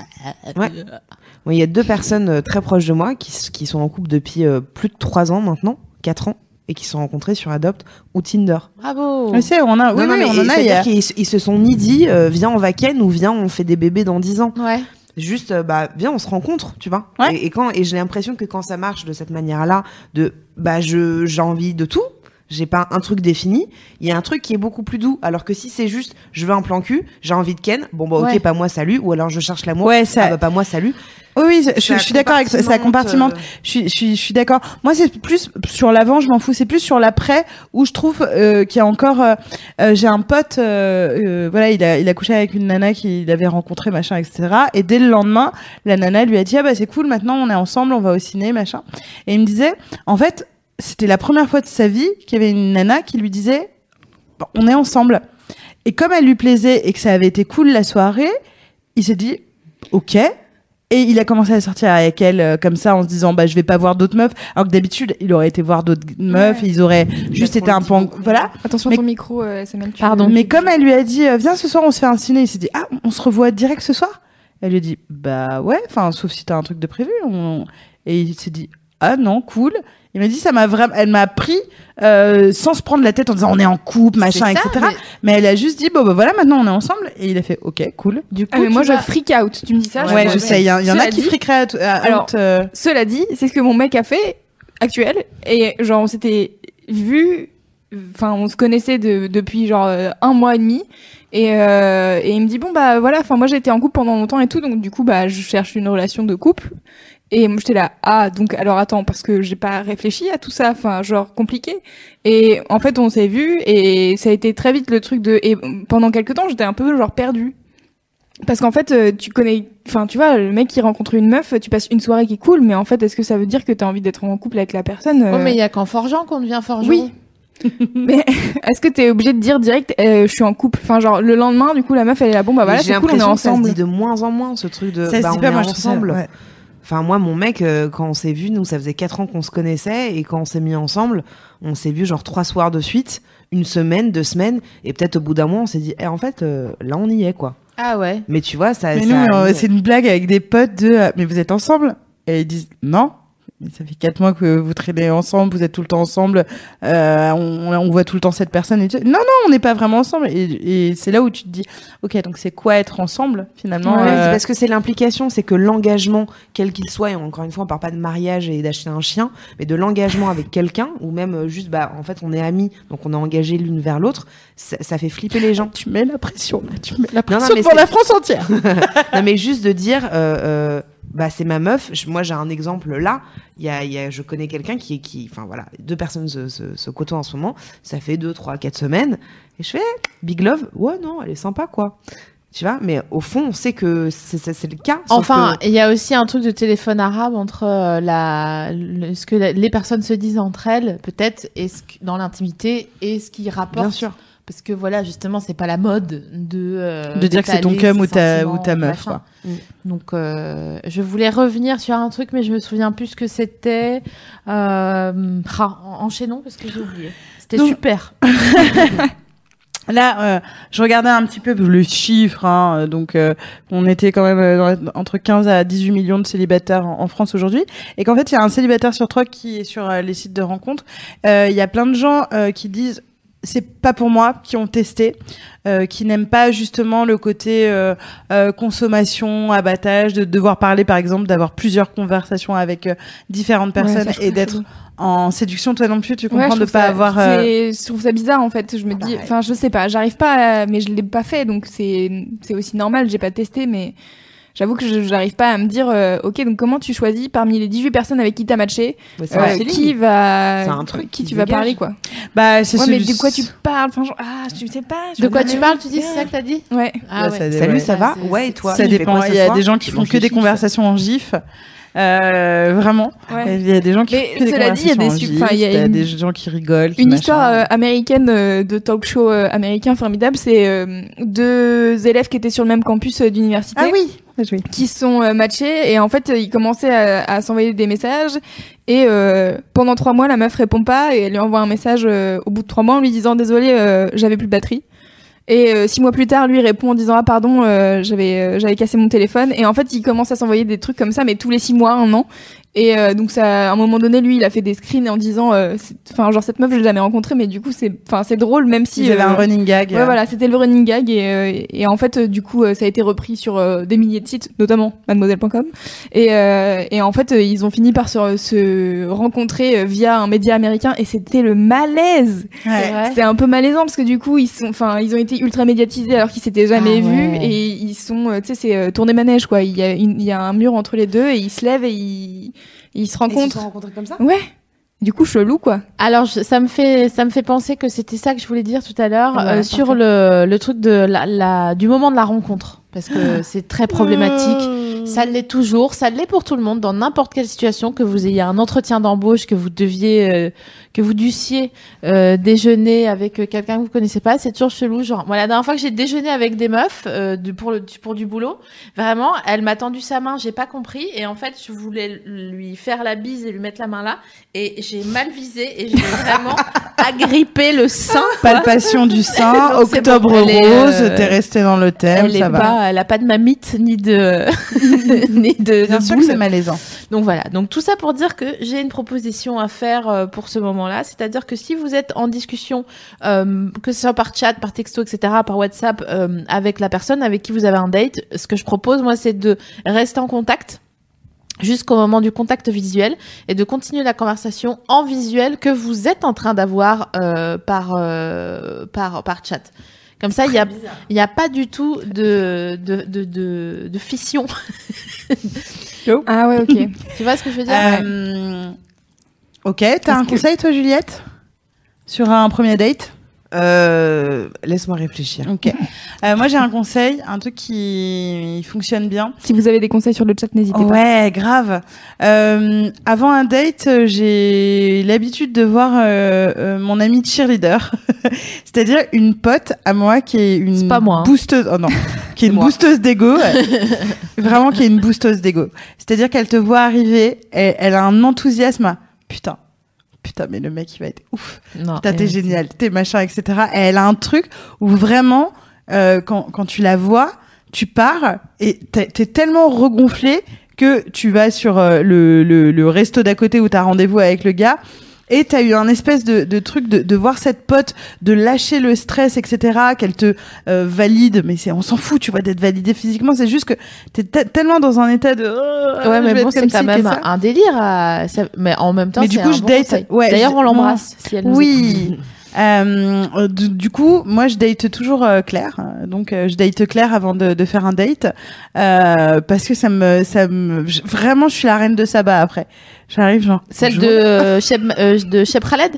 Speaker 5: Il y a deux personnes très proches de moi qui sont en couple depuis plus de 3 ans maintenant, 4 ans. Et qui se sont rencontrés sur Adopt ou Tinder.
Speaker 3: Bravo.
Speaker 4: Mais c'est, on a, oui, mais on en a.
Speaker 5: C'est-à-dire qu'ils se sont ni dit, viens on va ken ou viens on fait des bébés dans 10 ans.
Speaker 3: Ouais.
Speaker 5: Juste, viens on se rencontre, tu vois.
Speaker 4: Ouais.
Speaker 5: Et j'ai l'impression que quand ça marche de cette manière-là, j'ai envie de tout. J'ai pas un truc défini. Il y a un truc qui est beaucoup plus doux. Alors que si c'est juste, je veux un plan cul, j'ai envie de ken. Bon ok, pas moi, salut. Ou alors je cherche l'amour.
Speaker 4: Ouais, ça.
Speaker 5: Pas moi, salut.
Speaker 4: Oui, je suis d'accord avec ça. Ça compartimente. Je suis d'accord. Moi, c'est plus sur l'avant, je m'en fous. C'est plus sur l'après où je trouve qu'il y a encore. J'ai un pote, voilà, il a couché avec une nana qu'il avait rencontrée, machin, etc. Et dès le lendemain, la nana lui a dit c'est cool, maintenant on est ensemble, on va au ciné, machin. Et il me disait, en fait, c'était la première fois de sa vie qu'il y avait une nana qui lui disait on est ensemble. Et comme elle lui plaisait et que ça avait été cool la soirée, il s'est dit ok. Et il a commencé à sortir avec elle comme ça en se disant je vais pas voir d'autres meufs, alors que d'habitude il aurait été voir d'autres meufs et ils auraient juste été un peu voilà.
Speaker 7: Attention à ton micro,
Speaker 3: pardon.
Speaker 4: Mais comme elle lui a dit viens ce soir on se fait un ciné, il s'est dit on se revoit direct ce soir. Elle lui a dit ouais, enfin sauf si t'as un truc de prévu. Et il s'est dit non, cool. Il m'a dit elle m'a pris sans se prendre la tête en disant on est en couple, machin, etc. Mais elle a juste dit voilà, maintenant on est ensemble. Et il a fait ok, cool.
Speaker 7: Du coup, mais moi je freak out. Tu me dis ça?
Speaker 4: Ouais, je sais. Il y en a qui freak out.
Speaker 7: Alors, cela dit, c'est ce que mon mec a fait actuel. Et genre on s'était vu, enfin on se connaissait depuis genre 1 mois et demi. Et il me dit bon bah voilà, enfin moi j'ai été en couple pendant longtemps et tout, donc du coup bah je cherche une relation de couple. Et moi j'étais là, donc alors attends, parce que j'ai pas réfléchi à tout ça, enfin genre compliqué. Et en fait on s'est vu et ça a été très vite le truc et pendant quelques temps j'étais un peu genre perdue. Parce qu'en fait tu vois, le mec qui rencontre une meuf, tu passes une soirée qui est cool, mais en fait est-ce que ça veut dire que t'as envie d'être en couple avec la personne
Speaker 3: Oh mais il y a qu'en forgeant qu'on devient forgeron.
Speaker 7: Oui. Mais est-ce que t'es obligé de dire direct je suis en couple, enfin genre le lendemain du coup la meuf elle est là bon bah voilà c'est cool on est ensemble.
Speaker 5: Ça se dit de moins en moins ce truc de
Speaker 4: ça se dit
Speaker 5: on
Speaker 4: pas,
Speaker 5: est
Speaker 4: moi,
Speaker 5: ensemble.
Speaker 4: Ouais.
Speaker 5: Enfin moi mon mec quand on s'est vu, nous ça faisait 4 ans qu'on se connaissait et quand on s'est mis ensemble, on s'est vu genre 3 soirs de suite, 1 semaine, 2 semaines et peut-être au bout d'un mois on s'est dit en fait là on y est quoi.
Speaker 3: Ah ouais.
Speaker 5: Mais tu vois ça.
Speaker 4: Mais nous c'est une blague avec des potes de mais vous êtes ensemble et ils disent non. Ça fait 4 mois que vous traînez ensemble, vous êtes tout le temps ensemble, on voit tout le temps cette personne. Et non, on n'est pas vraiment ensemble. Et c'est là où tu te dis, ok, donc c'est quoi être ensemble finalement
Speaker 5: c'est parce que c'est l'implication, c'est que l'engagement, quel qu'il soit, et encore une fois, on parle pas de mariage et d'acheter un chien, mais de l'engagement avec quelqu'un, ou même juste, en fait, on est amis, donc on est engagés l'une vers l'autre, ça fait flipper les gens.
Speaker 4: Tu mets la pression, pour la France entière.
Speaker 5: Non, mais juste de dire, c'est ma meuf. Moi, j'ai un exemple là. Je connais quelqu'un enfin voilà, 2 personnes se côtoient en ce moment. Ça fait 2, 3, 4 semaines. Et je fais, big love. Ouais, non, elle est sympa, quoi. Tu vois, mais au fond, on sait que c'est le cas.
Speaker 3: Enfin, il y a aussi un truc de téléphone arabe entre ce que les personnes se disent entre elles, peut-être, dans l'intimité, et ce qu'ils rapportent.
Speaker 5: Bien sûr.
Speaker 3: Parce que voilà, justement, c'est pas la mode de
Speaker 4: dire que c'est ton cum ou ta meuf, quoi.
Speaker 3: Donc, je voulais revenir sur un truc, mais je me souviens plus ce que c'était. Enchaînons parce que j'ai oublié. C'était super.
Speaker 4: Là, je regardais un petit peu le chiffre, donc on était quand même entre 15 à 18 millions de célibataires en France aujourd'hui, et qu'en fait, il y a un célibataire sur 3 qui est sur les sites de rencontres. Il y a plein de gens qui disent c'est pas pour moi, qui ont testé, qui n'aiment pas justement le côté consommation, abattage, de devoir parler par exemple, d'avoir plusieurs conversations avec différentes personnes et d'être en séduction. Toi non plus, tu comprends de pas avoir.
Speaker 7: Je trouve ça bizarre en fait. Je me dis, enfin je sais pas, j'arrive pas, mais je l'ai pas fait, donc c'est aussi normal. J'ai pas testé, mais j'avoue que j'arrive pas à me dire ok, donc comment tu choisis parmi les 18 personnes avec qui t'as matché qui tu vas parler quoi.
Speaker 4: Mais
Speaker 7: de quoi tu parles, enfin je sais pas.
Speaker 3: De quoi tu parles, tu dis, c'est ça que t'as dit?
Speaker 7: Ouais.
Speaker 5: Salut, ça va? Ouais, et toi?
Speaker 4: Ça dépend. Il y a des gens qui font que des conversations en gif. Vraiment. Il y a des gens qui font que des conversations en gif. Il y a des gens qui rigolent.
Speaker 7: Une histoire américaine de talk show américain formidable, c'est 2 élèves qui étaient sur le même campus d'université.
Speaker 4: Ah oui.
Speaker 7: Qui sont matchés et en fait ils commençaient à s'envoyer des messages et pendant 3 mois la meuf répond pas et elle lui envoie un message au bout de 3 mois en lui disant désolé j'avais plus de batterie et 6 mois plus tard lui répond en disant pardon j'avais cassé mon téléphone et en fait ils commencent à s'envoyer des trucs comme ça mais tous les 6 mois 1 an et donc ça à un moment donné lui il a fait des screens en disant genre cette meuf je l'ai jamais rencontrée mais du coup c'est drôle même si
Speaker 4: ils avaient un running gag.
Speaker 7: Ouais voilà, c'était le running gag et en fait du coup ça a été repris sur des milliers de sites notamment mademoiselle.com et en fait ils ont fini par se rencontrer via un média américain et c'était le malaise. C'était un peu malaisant parce que du coup ils ont été ultra médiatisés alors qu'ils s'étaient jamais vus et ils sont tu sais c'est tourné manège quoi, il y a un mur entre les deux et ils se lèvent et ils se rencontrent.
Speaker 5: Ils se sont rencontrés comme ça?
Speaker 7: Ouais. Du coup, chelou, quoi.
Speaker 3: Alors, ça me fait penser que c'était ça que je voulais dire tout à l'heure, sur le truc du moment de la rencontre. Parce que c'est très problématique. Ça l'est toujours. Ça l'est pour tout le monde, dans n'importe quelle situation, que vous ayez un entretien d'embauche, que vous dussiez déjeuner avec quelqu'un que vous connaissez pas. C'est toujours chelou. Genre, moi, la dernière fois que j'ai déjeuné avec des meufs, pour du boulot, vraiment, elle m'a tendu sa main, j'ai pas compris. Et en fait, je voulais lui faire la bise et lui mettre la main là. Et j'ai mal visé et j'ai vraiment agrippé le sein.
Speaker 4: Palpation du sein, octobre rose, t'es resté dans le thème, ça va.
Speaker 3: Elle a pas de mamite ni de
Speaker 4: Bien sûr que c'est malaisant.
Speaker 3: Donc voilà. Donc tout ça pour dire que j'ai une proposition à faire pour ce moment-là, c'est-à-dire que si vous êtes en discussion, que ce soit par chat, par texto, etc., par WhatsApp, avec la personne avec qui vous avez un date, ce que je propose moi, c'est de rester en contact jusqu'au moment du contact visuel et de continuer la conversation en visuel que vous êtes en train d'avoir par chat. Comme ça, il y a pas du tout de fission.
Speaker 7: Ah ouais, ok.
Speaker 3: Tu vois ce que je veux dire?
Speaker 4: Ok, t'as un conseil toi, Juliette, sur un premier date?
Speaker 5: Laisse-moi réfléchir.
Speaker 4: Ok. Moi, j'ai un conseil, un truc qui fonctionne bien.
Speaker 7: Si vous avez des conseils sur le chat, n'hésitez pas.
Speaker 4: Ouais, grave. Avant un date, j'ai l'habitude de voir mon amie cheerleader, c'est-à-dire une pote à moi qui est une boosteuse. Oh non, qui est une boosteuse d'ego. Vraiment, qui est une boosteuse d'ego. C'est-à-dire qu'elle te voit arriver, et elle a un enthousiasme. Putain, mais le mec, il va être ouf.
Speaker 3: Non,
Speaker 4: putain, t'es génial, t'es machin, etc. Et elle a un truc où vraiment, quand tu la vois, tu pars et t'es tellement regonflé que tu vas sur le resto d'à côté où t'as rendez-vous avec le gars. Et t'as eu un espèce de truc de voir cette pote, de lâcher le stress, etc., qu'elle te valide, mais on s'en fout, tu vois, d'être validé physiquement, c'est juste que t'es tellement dans un état de...
Speaker 3: ouais, mais bon, c'est quand même un délire, mais en même temps,
Speaker 4: mais du coup, je date... Ouais,
Speaker 3: d'ailleurs, on l'embrasse, si elle nous
Speaker 4: écoute. Du coup, moi, je date toujours Claire. Donc, je date Claire avant de faire un date, parce que vraiment, je suis la reine de Saba après. J'arrive genre.
Speaker 3: Celle de Cheb Khaled.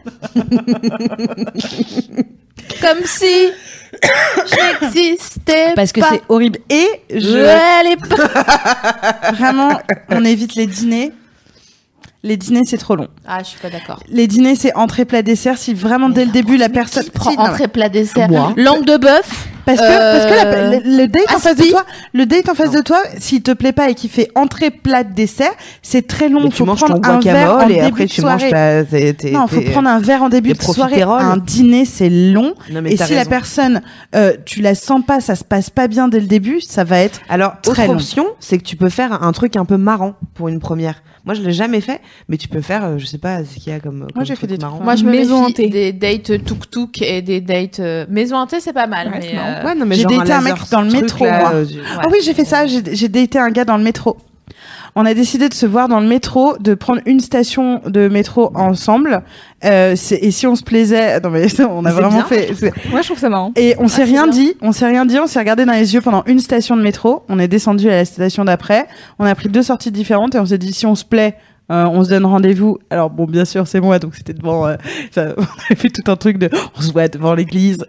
Speaker 3: Comme si je n'existais
Speaker 4: parce que
Speaker 3: pas.
Speaker 4: C'est horrible. Et
Speaker 3: allais pas.
Speaker 4: Vraiment, on évite les dîners. Les dîners, c'est trop long.
Speaker 3: Ah, je suis pas d'accord.
Speaker 4: Les dîners, c'est entrée, plat, dessert. Si vraiment dès le début, la personne
Speaker 3: prend entrée, plat, dessert, langue de bœuf.
Speaker 4: Parce que le date en face de toi, s'il te plaît pas et qu'il fait entrée, plat, dessert, c'est très long.
Speaker 5: Tu manges ton guacamole et après tu manges
Speaker 4: non, faut prendre un verre en début de soirée. Un dîner, c'est long. Et si la personne, tu la sens pas, ça se passe pas bien dès le début, ça va être très long.
Speaker 5: Autre option, c'est que tu peux faire un truc un peu marrant pour une première. Moi, je l'ai jamais fait, mais tu peux faire, je sais pas, ce qu'il y a comme.
Speaker 4: Moi, j'ai fait des
Speaker 5: marrants.
Speaker 3: Moi, je me méfie des dates tuk-tuk et des dates maison hantée, c'est pas mal. Mais
Speaker 5: ouais, non, mais
Speaker 4: j'ai daté un mec dans le métro. Moi. Ah oui, j'ai fait ça. J'ai daté un gars dans le métro. On a décidé de se voir dans le métro, de prendre une station de métro ensemble. Et si on se plaisait, non mais on a vraiment fait.
Speaker 7: Moi, je trouve ça marrant.
Speaker 4: Et on s'est rien dit. On s'est regardé dans les yeux pendant une station de métro. On est descendu à la station d'après. On a pris 2 sorties différentes et on s'est dit si on se plaît, on se donne rendez-vous. Alors bon, bien sûr, c'est moi, donc c'était devant. On avait fait tout un truc de, on se voit devant l'église.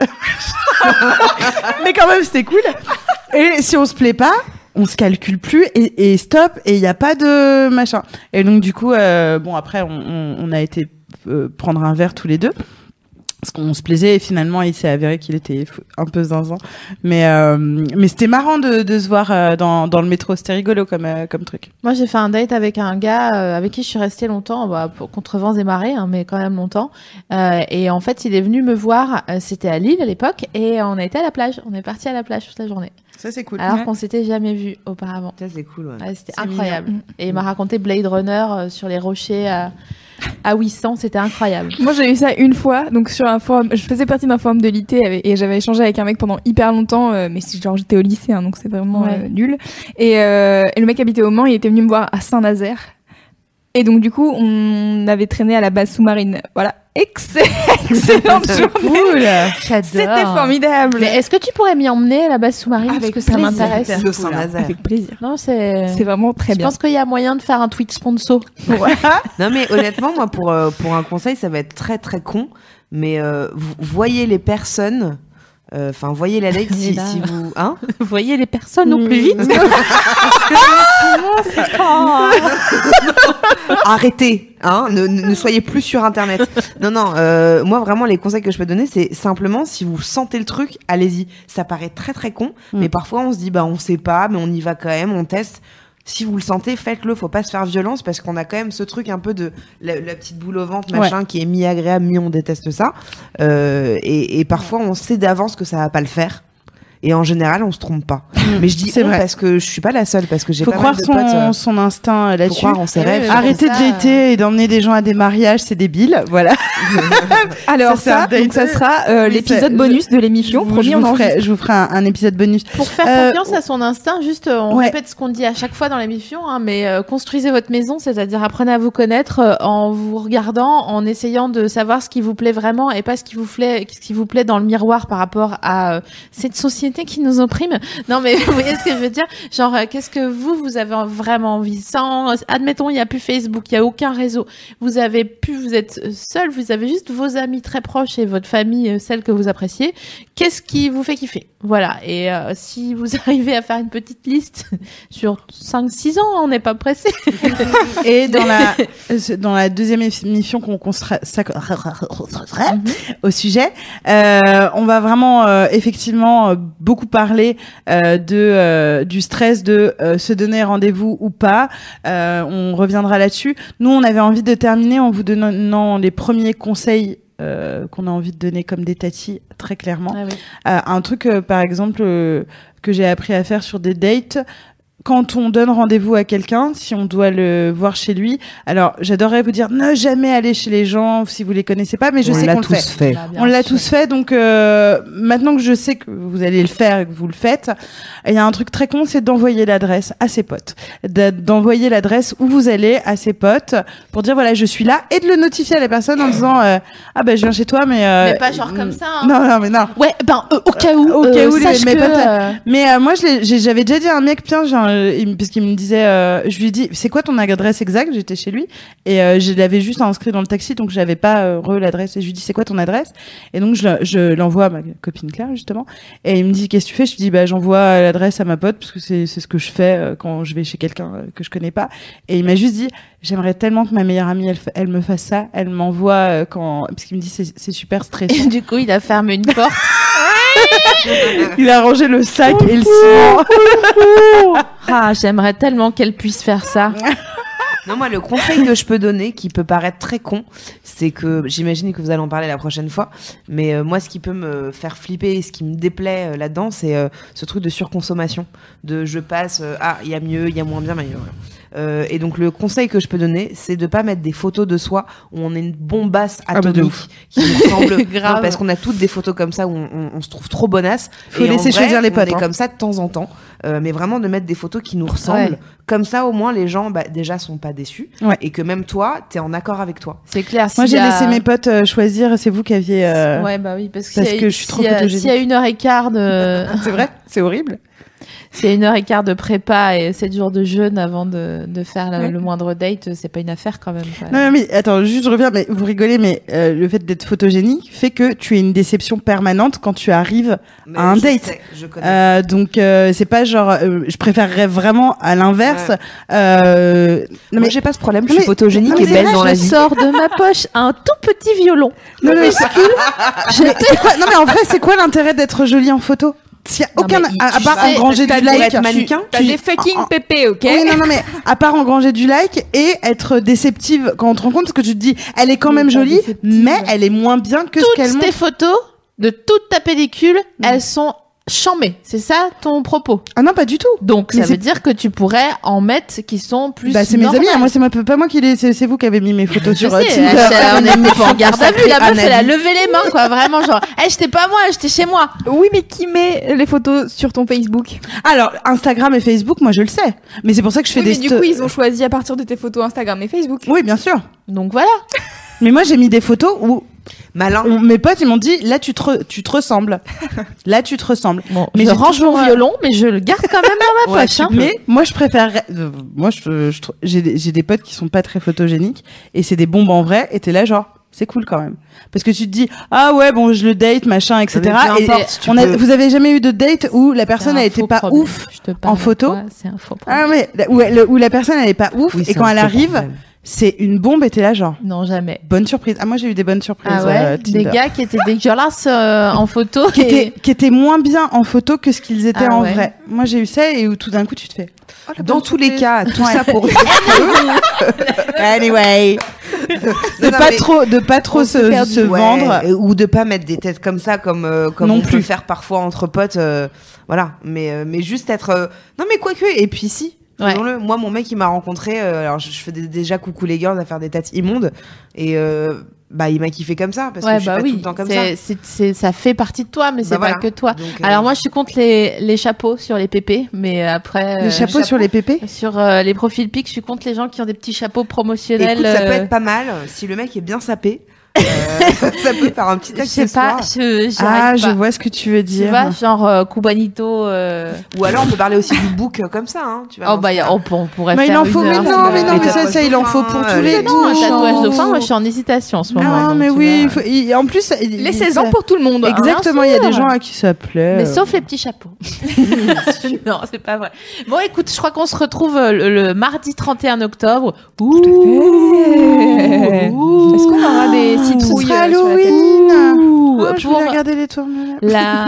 Speaker 4: Mais quand même, c'était cool. Et si on se plaît pas, on se calcule plus et stop, et il y a pas de machin. Et donc du coup, bon après, on a été prendre un verre tous les deux. Parce qu'on se plaisait et finalement il s'est avéré qu'il était un peu zinzin, mais c'était marrant de se voir dans le métro, c'était rigolo comme truc.
Speaker 3: Moi j'ai fait un date avec un gars avec qui je suis restée longtemps, contre vents et marées, hein, mais quand même longtemps, et en fait il est venu me voir, c'était à Lille à l'époque, et on a été à la plage, on est parti à la plage toute la journée.
Speaker 4: Ça c'est cool.
Speaker 3: Alors qu'on s'était jamais vu auparavant.
Speaker 5: Ça c'est cool. Ouais.
Speaker 3: C'était incroyable. Et il m'a raconté Blade Runner sur les rochers à 800, c'était incroyable.
Speaker 7: Moi j'ai eu ça une fois, donc sur un forum, je faisais partie d'un forum de l'IT et j'avais échangé avec un mec pendant hyper longtemps, mais genre j'étais au lycée, hein, donc c'est vraiment nul. Et le mec habitait au Mans, il était venu me voir à Saint-Nazaire. Et donc du coup on avait traîné à la base sous-marine. Voilà. Excellente journée.
Speaker 3: Cool. J'adore.
Speaker 7: C'était formidable.
Speaker 3: Mais est-ce que tu pourrais m'y emmener à la base sous-marine parce que ça m'intéresse.
Speaker 7: Avec plaisir.
Speaker 3: Non, c'est
Speaker 7: vraiment très bien.
Speaker 3: Je pense qu'il y a moyen de faire un tweet sponsor.
Speaker 5: Non mais honnêtement, moi pour un conseil, ça va être très très con, mais voyez les personnes. Enfin, voyez la date si vous, hein,
Speaker 3: voyez les personnes au plus vite.
Speaker 5: Arrêtez, hein, ne soyez plus sur Internet. Non, moi vraiment les conseils que je peux donner, c'est simplement si vous sentez le truc, allez-y. Ça paraît très très con, mais parfois on se dit on sait pas, mais on y va quand même, on teste. Si vous le sentez, faites-le, faut pas se faire violence parce qu'on a quand même ce truc un peu de la petite boule au ventre, machin, qui est mi-agréable, mi-on déteste ça. Et parfois on sait d'avance que ça va pas le faire. Et en général, on se trompe pas. Mais je dis
Speaker 4: c'est vrai
Speaker 5: parce que je suis pas la seule, parce que j'ai
Speaker 4: faut
Speaker 5: pas
Speaker 4: croire
Speaker 5: mal de potes.
Speaker 4: son instinct là-dessus.
Speaker 5: Faut croire en ses rêves.
Speaker 4: Arrêtez de dater et d'emmener des gens à des mariages, c'est débile. Voilà.
Speaker 7: Alors
Speaker 4: c'est un
Speaker 7: ça,
Speaker 4: date.
Speaker 7: donc ça sera
Speaker 4: Oui,
Speaker 7: l'épisode
Speaker 4: ça-
Speaker 7: bonus de l'émission. Promis, on enregistre.
Speaker 4: je vous ferai un épisode bonus.
Speaker 3: Pour faire confiance
Speaker 4: oh.
Speaker 3: à son instinct, juste on
Speaker 4: Ouais.
Speaker 3: répète ce qu'on dit à chaque fois dans l'émission, hein, mais construisez votre maison, c'est-à-dire apprenez à vous connaître en vous regardant, en essayant de savoir ce qui vous plaît vraiment et pas ce qui vous plaît dans le miroir par rapport à cette société qui nous opprime. Non mais vous voyez ce que je veux dire, genre qu'est-ce que vous avez vraiment envie, sans admettons il n'y a plus Facebook, il n'y a aucun réseau, vous êtes seul, vous avez juste vos amis très proches et votre famille, celle que vous appréciez, qu'est-ce qui vous fait kiffer, voilà. Et si vous arrivez à faire une petite liste sur 5-6 ans, on n'est pas pressé.
Speaker 4: Et dans la deuxième émission qu'on au sujet, on va vraiment effectivement beaucoup parler du stress de se donner rendez-vous ou pas. On reviendra là-dessus. Nous, on avait envie de terminer en vous donnant les premiers conseils qu'on a envie de donner comme des tatis, très clairement.
Speaker 3: Ah oui.
Speaker 4: Un truc, par exemple, que j'ai appris à faire sur des dates. Quand on donne rendez-vous à quelqu'un, si on doit le voir chez lui, alors j'adorerais vous dire ne jamais aller chez les gens si vous les connaissez pas, mais je sais qu'on le fait.
Speaker 3: Bah, bien
Speaker 4: On l'a
Speaker 3: sûr.
Speaker 4: tous fait, donc maintenant que je sais que vous allez le faire et que vous le faites, il y a un truc très con, c'est d'envoyer l'adresse à ses potes, d'envoyer l'adresse où vous allez à ses potes pour dire voilà je suis là et de le notifier à la personne en disant ah ben je viens chez toi mais
Speaker 3: pas genre comme ça, hein.
Speaker 4: Non mais non.
Speaker 3: Ouais, ben au cas où, sache
Speaker 4: mes
Speaker 3: que,
Speaker 4: potes, mais moi j'avais déjà dit à un mec parce qu'il me disait je lui ai dit c'est quoi ton adresse exacte, j'étais chez lui et je l'avais juste inscrit dans le taxi donc j'avais pas l'adresse et je lui dis c'est quoi ton adresse et donc je l'envoie à ma copine Claire justement et il me dit qu'est-ce que tu fais, je lui dis bah j'envoie l'adresse à ma pote parce que c'est ce que je fais quand je vais chez quelqu'un que je connais pas et il m'a juste dit j'aimerais tellement que ma meilleure amie elle me fasse ça, elle m'envoie parce qu'il me dit c'est super stressant.
Speaker 3: du coup, il a fermé une porte.
Speaker 4: Il a rangé le sac et le ciment.
Speaker 3: Ah, j'aimerais tellement qu'elle puisse faire ça.
Speaker 5: Non, moi, le conseil que je peux donner, qui peut paraître très con, c'est que j'imagine que vous allez en parler la prochaine fois, mais moi, ce qui peut me faire flipper et ce qui me déplaît là-dedans, c'est ce truc de surconsommation. De je passe, il y a mieux, il y a moins bien, mais et donc le conseil que je peux donner, c'est de pas mettre des photos de soi où on est une bombasse atomique qui nous ressemble
Speaker 3: Grave.
Speaker 5: Non, parce qu'on a toutes des photos comme ça où on se trouve trop bonasse.
Speaker 4: Faut
Speaker 5: Et en
Speaker 4: laisser
Speaker 5: vrai,
Speaker 4: choisir les potes,
Speaker 5: On est
Speaker 4: hein.
Speaker 5: comme ça de temps en temps, mais vraiment de mettre des photos qui nous ressemblent.
Speaker 3: Ouais.
Speaker 5: Comme ça, au moins, les gens déjà sont pas déçus
Speaker 4: Ouais.
Speaker 5: et que même toi, t'es en accord avec toi.
Speaker 3: C'est clair.
Speaker 4: Moi,
Speaker 3: s'il
Speaker 4: j'ai
Speaker 3: y a-
Speaker 4: laissé mes potes choisir. C'est vous qui aviez.
Speaker 3: Ouais, bah oui, parce
Speaker 4: parce
Speaker 3: s'il y a-
Speaker 4: que je suis trop
Speaker 3: s'il y a-
Speaker 4: photogénique.
Speaker 3: S'il y a 1h15 de,
Speaker 4: C'est vrai, c'est horrible.
Speaker 3: s'il y a 1h15 de prépa et 7 jours de jeûne avant de faire le moindre date, c'est pas une affaire quand même. Quoi.
Speaker 4: Non, mais attends, juste je reviens. Mais vous rigolez, mais le fait d'être photogénique fait que tu es une déception permanente quand tu arrives
Speaker 5: Mais
Speaker 4: à un
Speaker 5: je
Speaker 4: date.
Speaker 5: sais, je connais.
Speaker 4: Donc c'est pas genre. Je préférerais vraiment à l'inverse. Non
Speaker 5: Moi, j'ai pas ce problème. Je
Speaker 4: mais-
Speaker 5: suis photogénique
Speaker 4: non,
Speaker 5: et
Speaker 4: mais
Speaker 5: belle
Speaker 4: c'est
Speaker 5: dans
Speaker 3: Je
Speaker 5: la vie.
Speaker 3: sors de ma poche un tout petit violon.
Speaker 4: non, mais c'est quoi Non mais en vrai, c'est quoi l'intérêt d'être jolie en photo? S'il y a
Speaker 3: Non,
Speaker 4: aucun,
Speaker 3: mais
Speaker 4: à
Speaker 3: tu
Speaker 4: part
Speaker 3: sais,
Speaker 4: engranger
Speaker 5: parce
Speaker 4: du
Speaker 5: que pour
Speaker 4: like,
Speaker 5: être mannequin,
Speaker 7: T'as des fucking pépés, ok?
Speaker 4: Oui, non, mais à part engranger du like et être déceptive quand on te rend compte, parce que tu te dis, elle est quand
Speaker 7: Mais
Speaker 4: même
Speaker 7: pas
Speaker 4: jolie,
Speaker 7: déceptive.
Speaker 4: mais elle est moins bien que ce qu'elle
Speaker 3: Toutes tes
Speaker 4: montre.
Speaker 3: photos de toute ta pellicule, elles sont chambées. C'est ça ton propos.
Speaker 4: Ah non, pas du tout.
Speaker 3: Donc
Speaker 4: Mais
Speaker 3: ça
Speaker 4: c'est-
Speaker 3: veut dire que tu pourrais en mettre qui sont plus
Speaker 4: Bah, c'est mes amis,
Speaker 3: normales.
Speaker 4: hein. Moi, pas moi qui les, c'est vous qui avez mis mes photos
Speaker 3: Je
Speaker 4: sur
Speaker 3: sais,
Speaker 4: Tinder.
Speaker 3: on était en garde à vue, la meuf, elle a
Speaker 5: Anavi.
Speaker 3: levé les mains, quoi, vraiment, genre, hey, j'étais pas moi, j'étais chez moi.
Speaker 7: Oui, mais qui met les photos sur ton Facebook?
Speaker 4: Alors, Instagram et Facebook, moi, je le sais. Mais c'est pour ça que je fais
Speaker 7: Oui, mais
Speaker 4: des
Speaker 7: du coup, ils ont choisi à partir de tes photos Instagram et Facebook.
Speaker 4: Oui, bien sûr.
Speaker 3: Donc voilà.
Speaker 4: Mais moi, j'ai mis des photos où
Speaker 5: Malin.
Speaker 4: mes potes, ils m'ont dit, là, tu te ressembles. Là, tu te ressembles.
Speaker 3: Bon,
Speaker 4: Mais
Speaker 3: je
Speaker 4: j'ai
Speaker 3: range
Speaker 4: toujours,
Speaker 3: mon violon, mais je le garde quand même dans ma
Speaker 5: Ouais,
Speaker 3: poche, hein.
Speaker 4: Mais moi, je préférerais. Moi, j'ai des potes qui sont pas très photogéniques et c'est des bombes en vrai. Et t'es là, genre, c'est cool quand même. Parce que tu te dis, ah ouais, bon, je le date, machin, etc.
Speaker 5: Mais peu
Speaker 4: Et
Speaker 5: importe, tu
Speaker 4: on a,
Speaker 5: peux-
Speaker 4: vous avez jamais eu de date où la personne
Speaker 3: C'est un
Speaker 4: elle était
Speaker 3: faux
Speaker 4: pas
Speaker 3: problème.
Speaker 4: ouf
Speaker 3: Je te parle
Speaker 4: en photo?
Speaker 3: de quoi, c'est un faux problème.
Speaker 4: Ah mais où la personne elle est pas ouf
Speaker 5: Oui,
Speaker 4: et
Speaker 5: c'est
Speaker 4: quand
Speaker 5: un
Speaker 4: elle
Speaker 5: faux
Speaker 4: arrive,
Speaker 5: problème.
Speaker 4: c'est une bombe et t'es là genre
Speaker 3: Non, jamais.
Speaker 4: bonne surprise. Ah moi j'ai eu des bonnes surprises.
Speaker 3: Ah ouais, des
Speaker 4: Tinder.
Speaker 3: gars qui étaient dégueulasses en photo.
Speaker 4: qui étaient moins bien en photo que ce qu'ils étaient
Speaker 3: Ah
Speaker 4: en
Speaker 3: ouais.
Speaker 4: vrai. Moi j'ai eu ça et où tout d'un coup tu te fais. Oh, la
Speaker 5: Dans
Speaker 4: bonne
Speaker 5: tous les
Speaker 4: surprise.
Speaker 5: cas, tout
Speaker 4: Ouais.
Speaker 5: ça pour
Speaker 4: Anyway. De pas trop se vendre.
Speaker 5: Ou de pas mettre des têtes comme ça, comme
Speaker 4: non
Speaker 5: on
Speaker 4: plus
Speaker 5: peut faire parfois entre potes. Voilà. Mais juste être. Non, mais quoique. Et puis si. Faisons-le. Moi, mon mec, il m'a rencontré. Alors, je faisais déjà coucou les girls à faire des têtes immondes. Et il m'a kiffé comme ça parce que je suis pas tout le temps comme ça.
Speaker 3: Ça fait partie de toi, mais c'est pas que toi. Donc, alors moi, je suis contre les chapeaux sur les pépés, mais après
Speaker 4: les chapeaux sur les pépés,
Speaker 3: sur les profils pics, je suis contre les gens qui ont des petits chapeaux promotionnels.
Speaker 5: Écoute, ça peut être pas mal si le mec est bien sapé. Ça peut faire un petit accessoire.
Speaker 4: Je vois ce que tu veux dire.
Speaker 3: Tu vois, genre Cubanito.
Speaker 5: Ou alors on peut parler aussi du book comme ça. Hein, tu vas
Speaker 3: on pourrait
Speaker 4: mais
Speaker 3: faire.
Speaker 4: Il en faut, mais ça, il en faut pour tous les
Speaker 3: Non, un tatouage dauphin, moi je suis en hésitation en ce moment.
Speaker 4: Non, mais oui, en plus.
Speaker 7: Les 16 ans pour tout le monde.
Speaker 4: Exactement, il y a des gens à qui ça plaît.
Speaker 3: Mais sauf les petits chapeaux. Non, c'est pas vrai. Bon, écoute, je crois qu'on se retrouve le mardi 31 octobre.
Speaker 7: Est-ce qu'on aura des citrouilles
Speaker 4: sur Halloween. Je
Speaker 3: Pour
Speaker 4: vais regarder les tournements.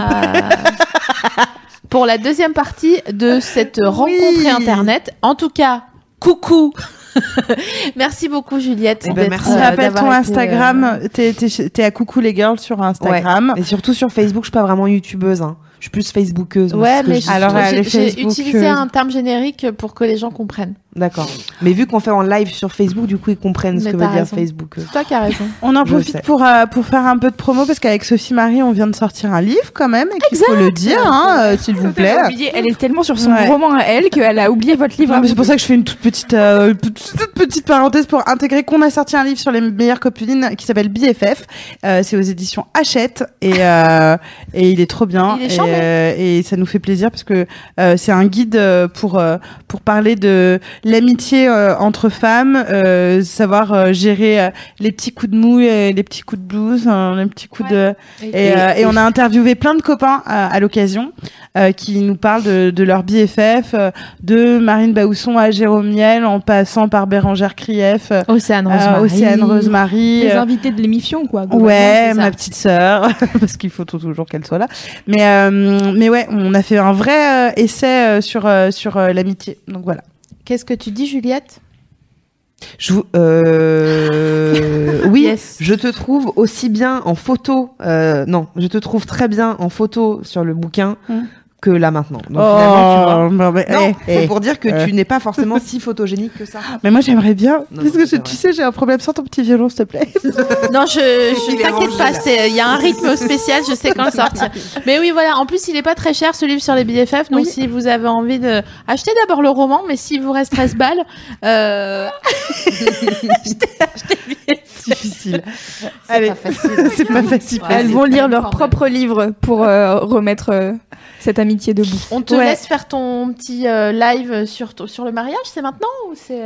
Speaker 3: Pour la deuxième partie de cette rencontre internet. En tout cas, coucou. Merci beaucoup Juliette.
Speaker 5: Merci.
Speaker 4: Rappelle ton Instagram. T'es à coucou les girls sur Instagram.
Speaker 5: Ouais. Et surtout sur Facebook, je suis pas vraiment youtubeuse. Hein. Je suis plus facebookeuse.
Speaker 3: Ouais, mais
Speaker 4: j'ai
Speaker 3: utilisé un terme générique pour que les gens comprennent.
Speaker 5: D'accord. Mais vu qu'on fait en live sur Facebook, du coup, ils comprennent ce que veut dire Facebook.
Speaker 3: C'est toi qui as raison.
Speaker 4: On en profite pour faire un peu de promo parce qu'avec Sophie Marie, on vient de sortir un livre quand même. Et qu'il faut le dire, s'il vous plaît.
Speaker 7: Elle est tellement sur son roman à elle qu'elle a oublié votre livre.
Speaker 4: Non, mais c'est pour ça que je fais une toute petite parenthèse pour intégrer qu'on a sorti un livre sur les meilleures copines qui s'appelle BFF. C'est aux éditions Hachette et il est trop bien. Et ça nous fait plaisir parce que c'est un guide pour parler de l'amitié entre femmes, savoir gérer les petits coups de mou et les petits coups de blues, les petits coups de et on a interviewé plein de copains à l'occasion qui nous parlent de leur BFF, de Marine Baousson à Jérôme Niel en passant par Bérangère Krief,
Speaker 3: Océane
Speaker 4: Rosemary,
Speaker 7: les invités de l'émission quoi.
Speaker 4: Ouais, ma petite sœur parce qu'il faut toujours qu'elle soit là. Mais ouais, on a fait un vrai essai sur l'amitié. Donc voilà.
Speaker 3: Qu'est-ce que tu dis, Juliette ?
Speaker 5: Oui, yes. Je te trouve aussi bien en photo. Non, je te trouve très bien en photo sur le bouquin. Que là maintenant. Donc finalement, tu vois. C'est pour dire que tu n'es pas forcément si photogénique que ça.
Speaker 4: Mais moi j'aimerais bien. Parce que tu sais, j'ai un problème sans ton petit violon, s'il te plaît.
Speaker 3: Non, je t'inquiète pas. Il y a un rythme spécial, je sais quand le sortir. Mais oui, voilà. En plus, il est pas très cher ce livre sur les BFF. Donc si vous avez envie de acheter d'abord le roman, mais s'il vous reste 13 balles, achetez
Speaker 4: difficile.
Speaker 3: Allez,
Speaker 4: c'est pas facile.
Speaker 7: Elles vont lire leur propre livre pour remettre cette amitié debout.
Speaker 3: On te laisse faire ton petit live sur le mariage, c'est maintenant ou c'est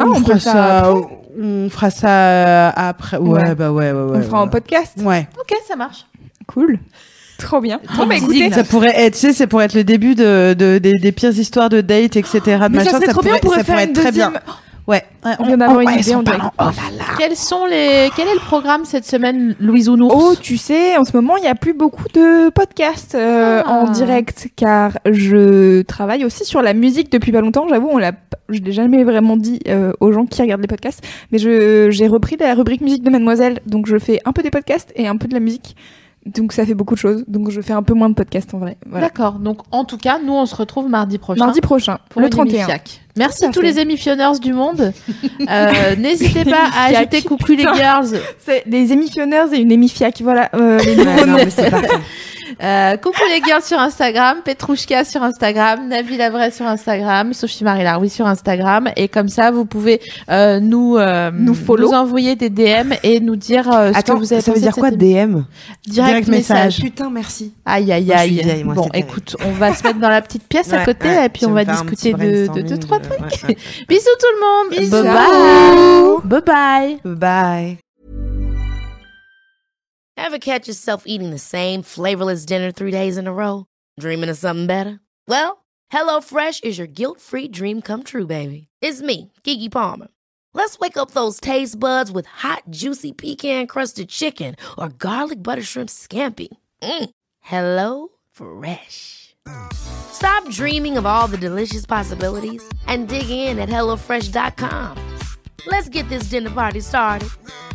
Speaker 4: on fera ça après. Ouais.
Speaker 7: On fera un podcast.
Speaker 4: Ouais.
Speaker 3: OK, ça marche.
Speaker 7: Cool. Trop bien.
Speaker 4: Écoutez, ça pourrait être, c'est pour être le début des pires histoires de date, etc.
Speaker 7: Mais ça serait trop bien, on pourrait faire une
Speaker 4: très
Speaker 7: deuxième.
Speaker 4: Bien. Ouais.
Speaker 7: On vient d'avoir une idée.
Speaker 3: Quel est le programme cette semaine, Louise Ounours ?
Speaker 7: Oh, tu sais, en ce moment, il n'y a plus beaucoup de podcasts en direct, car je travaille aussi sur la musique depuis pas longtemps. J'avoue, je l'ai jamais vraiment dit aux gens qui regardent les podcasts, mais j'ai repris la rubrique musique de Mademoiselle, donc je fais un peu des podcasts et un peu de la musique. Donc ça fait beaucoup de choses. Donc je fais un peu moins de podcasts en vrai. Voilà.
Speaker 3: D'accord. Donc en tout cas, nous on se retrouve mardi prochain.
Speaker 7: Mardi prochain,
Speaker 3: pour le 31. Merci à tous les émissionneurs du monde. N'hésitez pas à ajouter coucou les girls.
Speaker 7: C'est des émissionneurs et une émifiac. Voilà. Les nouveaux noms.
Speaker 5: C'est parti.
Speaker 3: Coucou les girls sur Instagram, Petrouchka sur Instagram, Navi Lavray sur Instagram, Sophie Marie Laroui sur Instagram, et comme ça vous pouvez nous envoyer des DM et nous dire ce que vous avez pensé.
Speaker 5: Ça veut dire quoi DM?
Speaker 3: Direct message.
Speaker 5: Putain, merci.
Speaker 3: Aïe. Bon, écoute, on va se mettre dans la petite pièce à côté et puis on va discuter de 2-3 trucs. Bisous tout le monde.
Speaker 7: Bisous.
Speaker 3: Bye bye.
Speaker 5: Bye.
Speaker 8: Ever catch yourself eating the same flavorless dinner 3 days in a row? Dreaming of something better? Well, HelloFresh is your guilt-free dream come true, baby. It's me, Keke Palmer. Let's wake up those taste buds with hot, juicy pecan-crusted chicken or garlic butter shrimp scampi. Hello Fresh. Stop dreaming of all the delicious possibilities and dig in at HelloFresh.com. Let's get this dinner party started.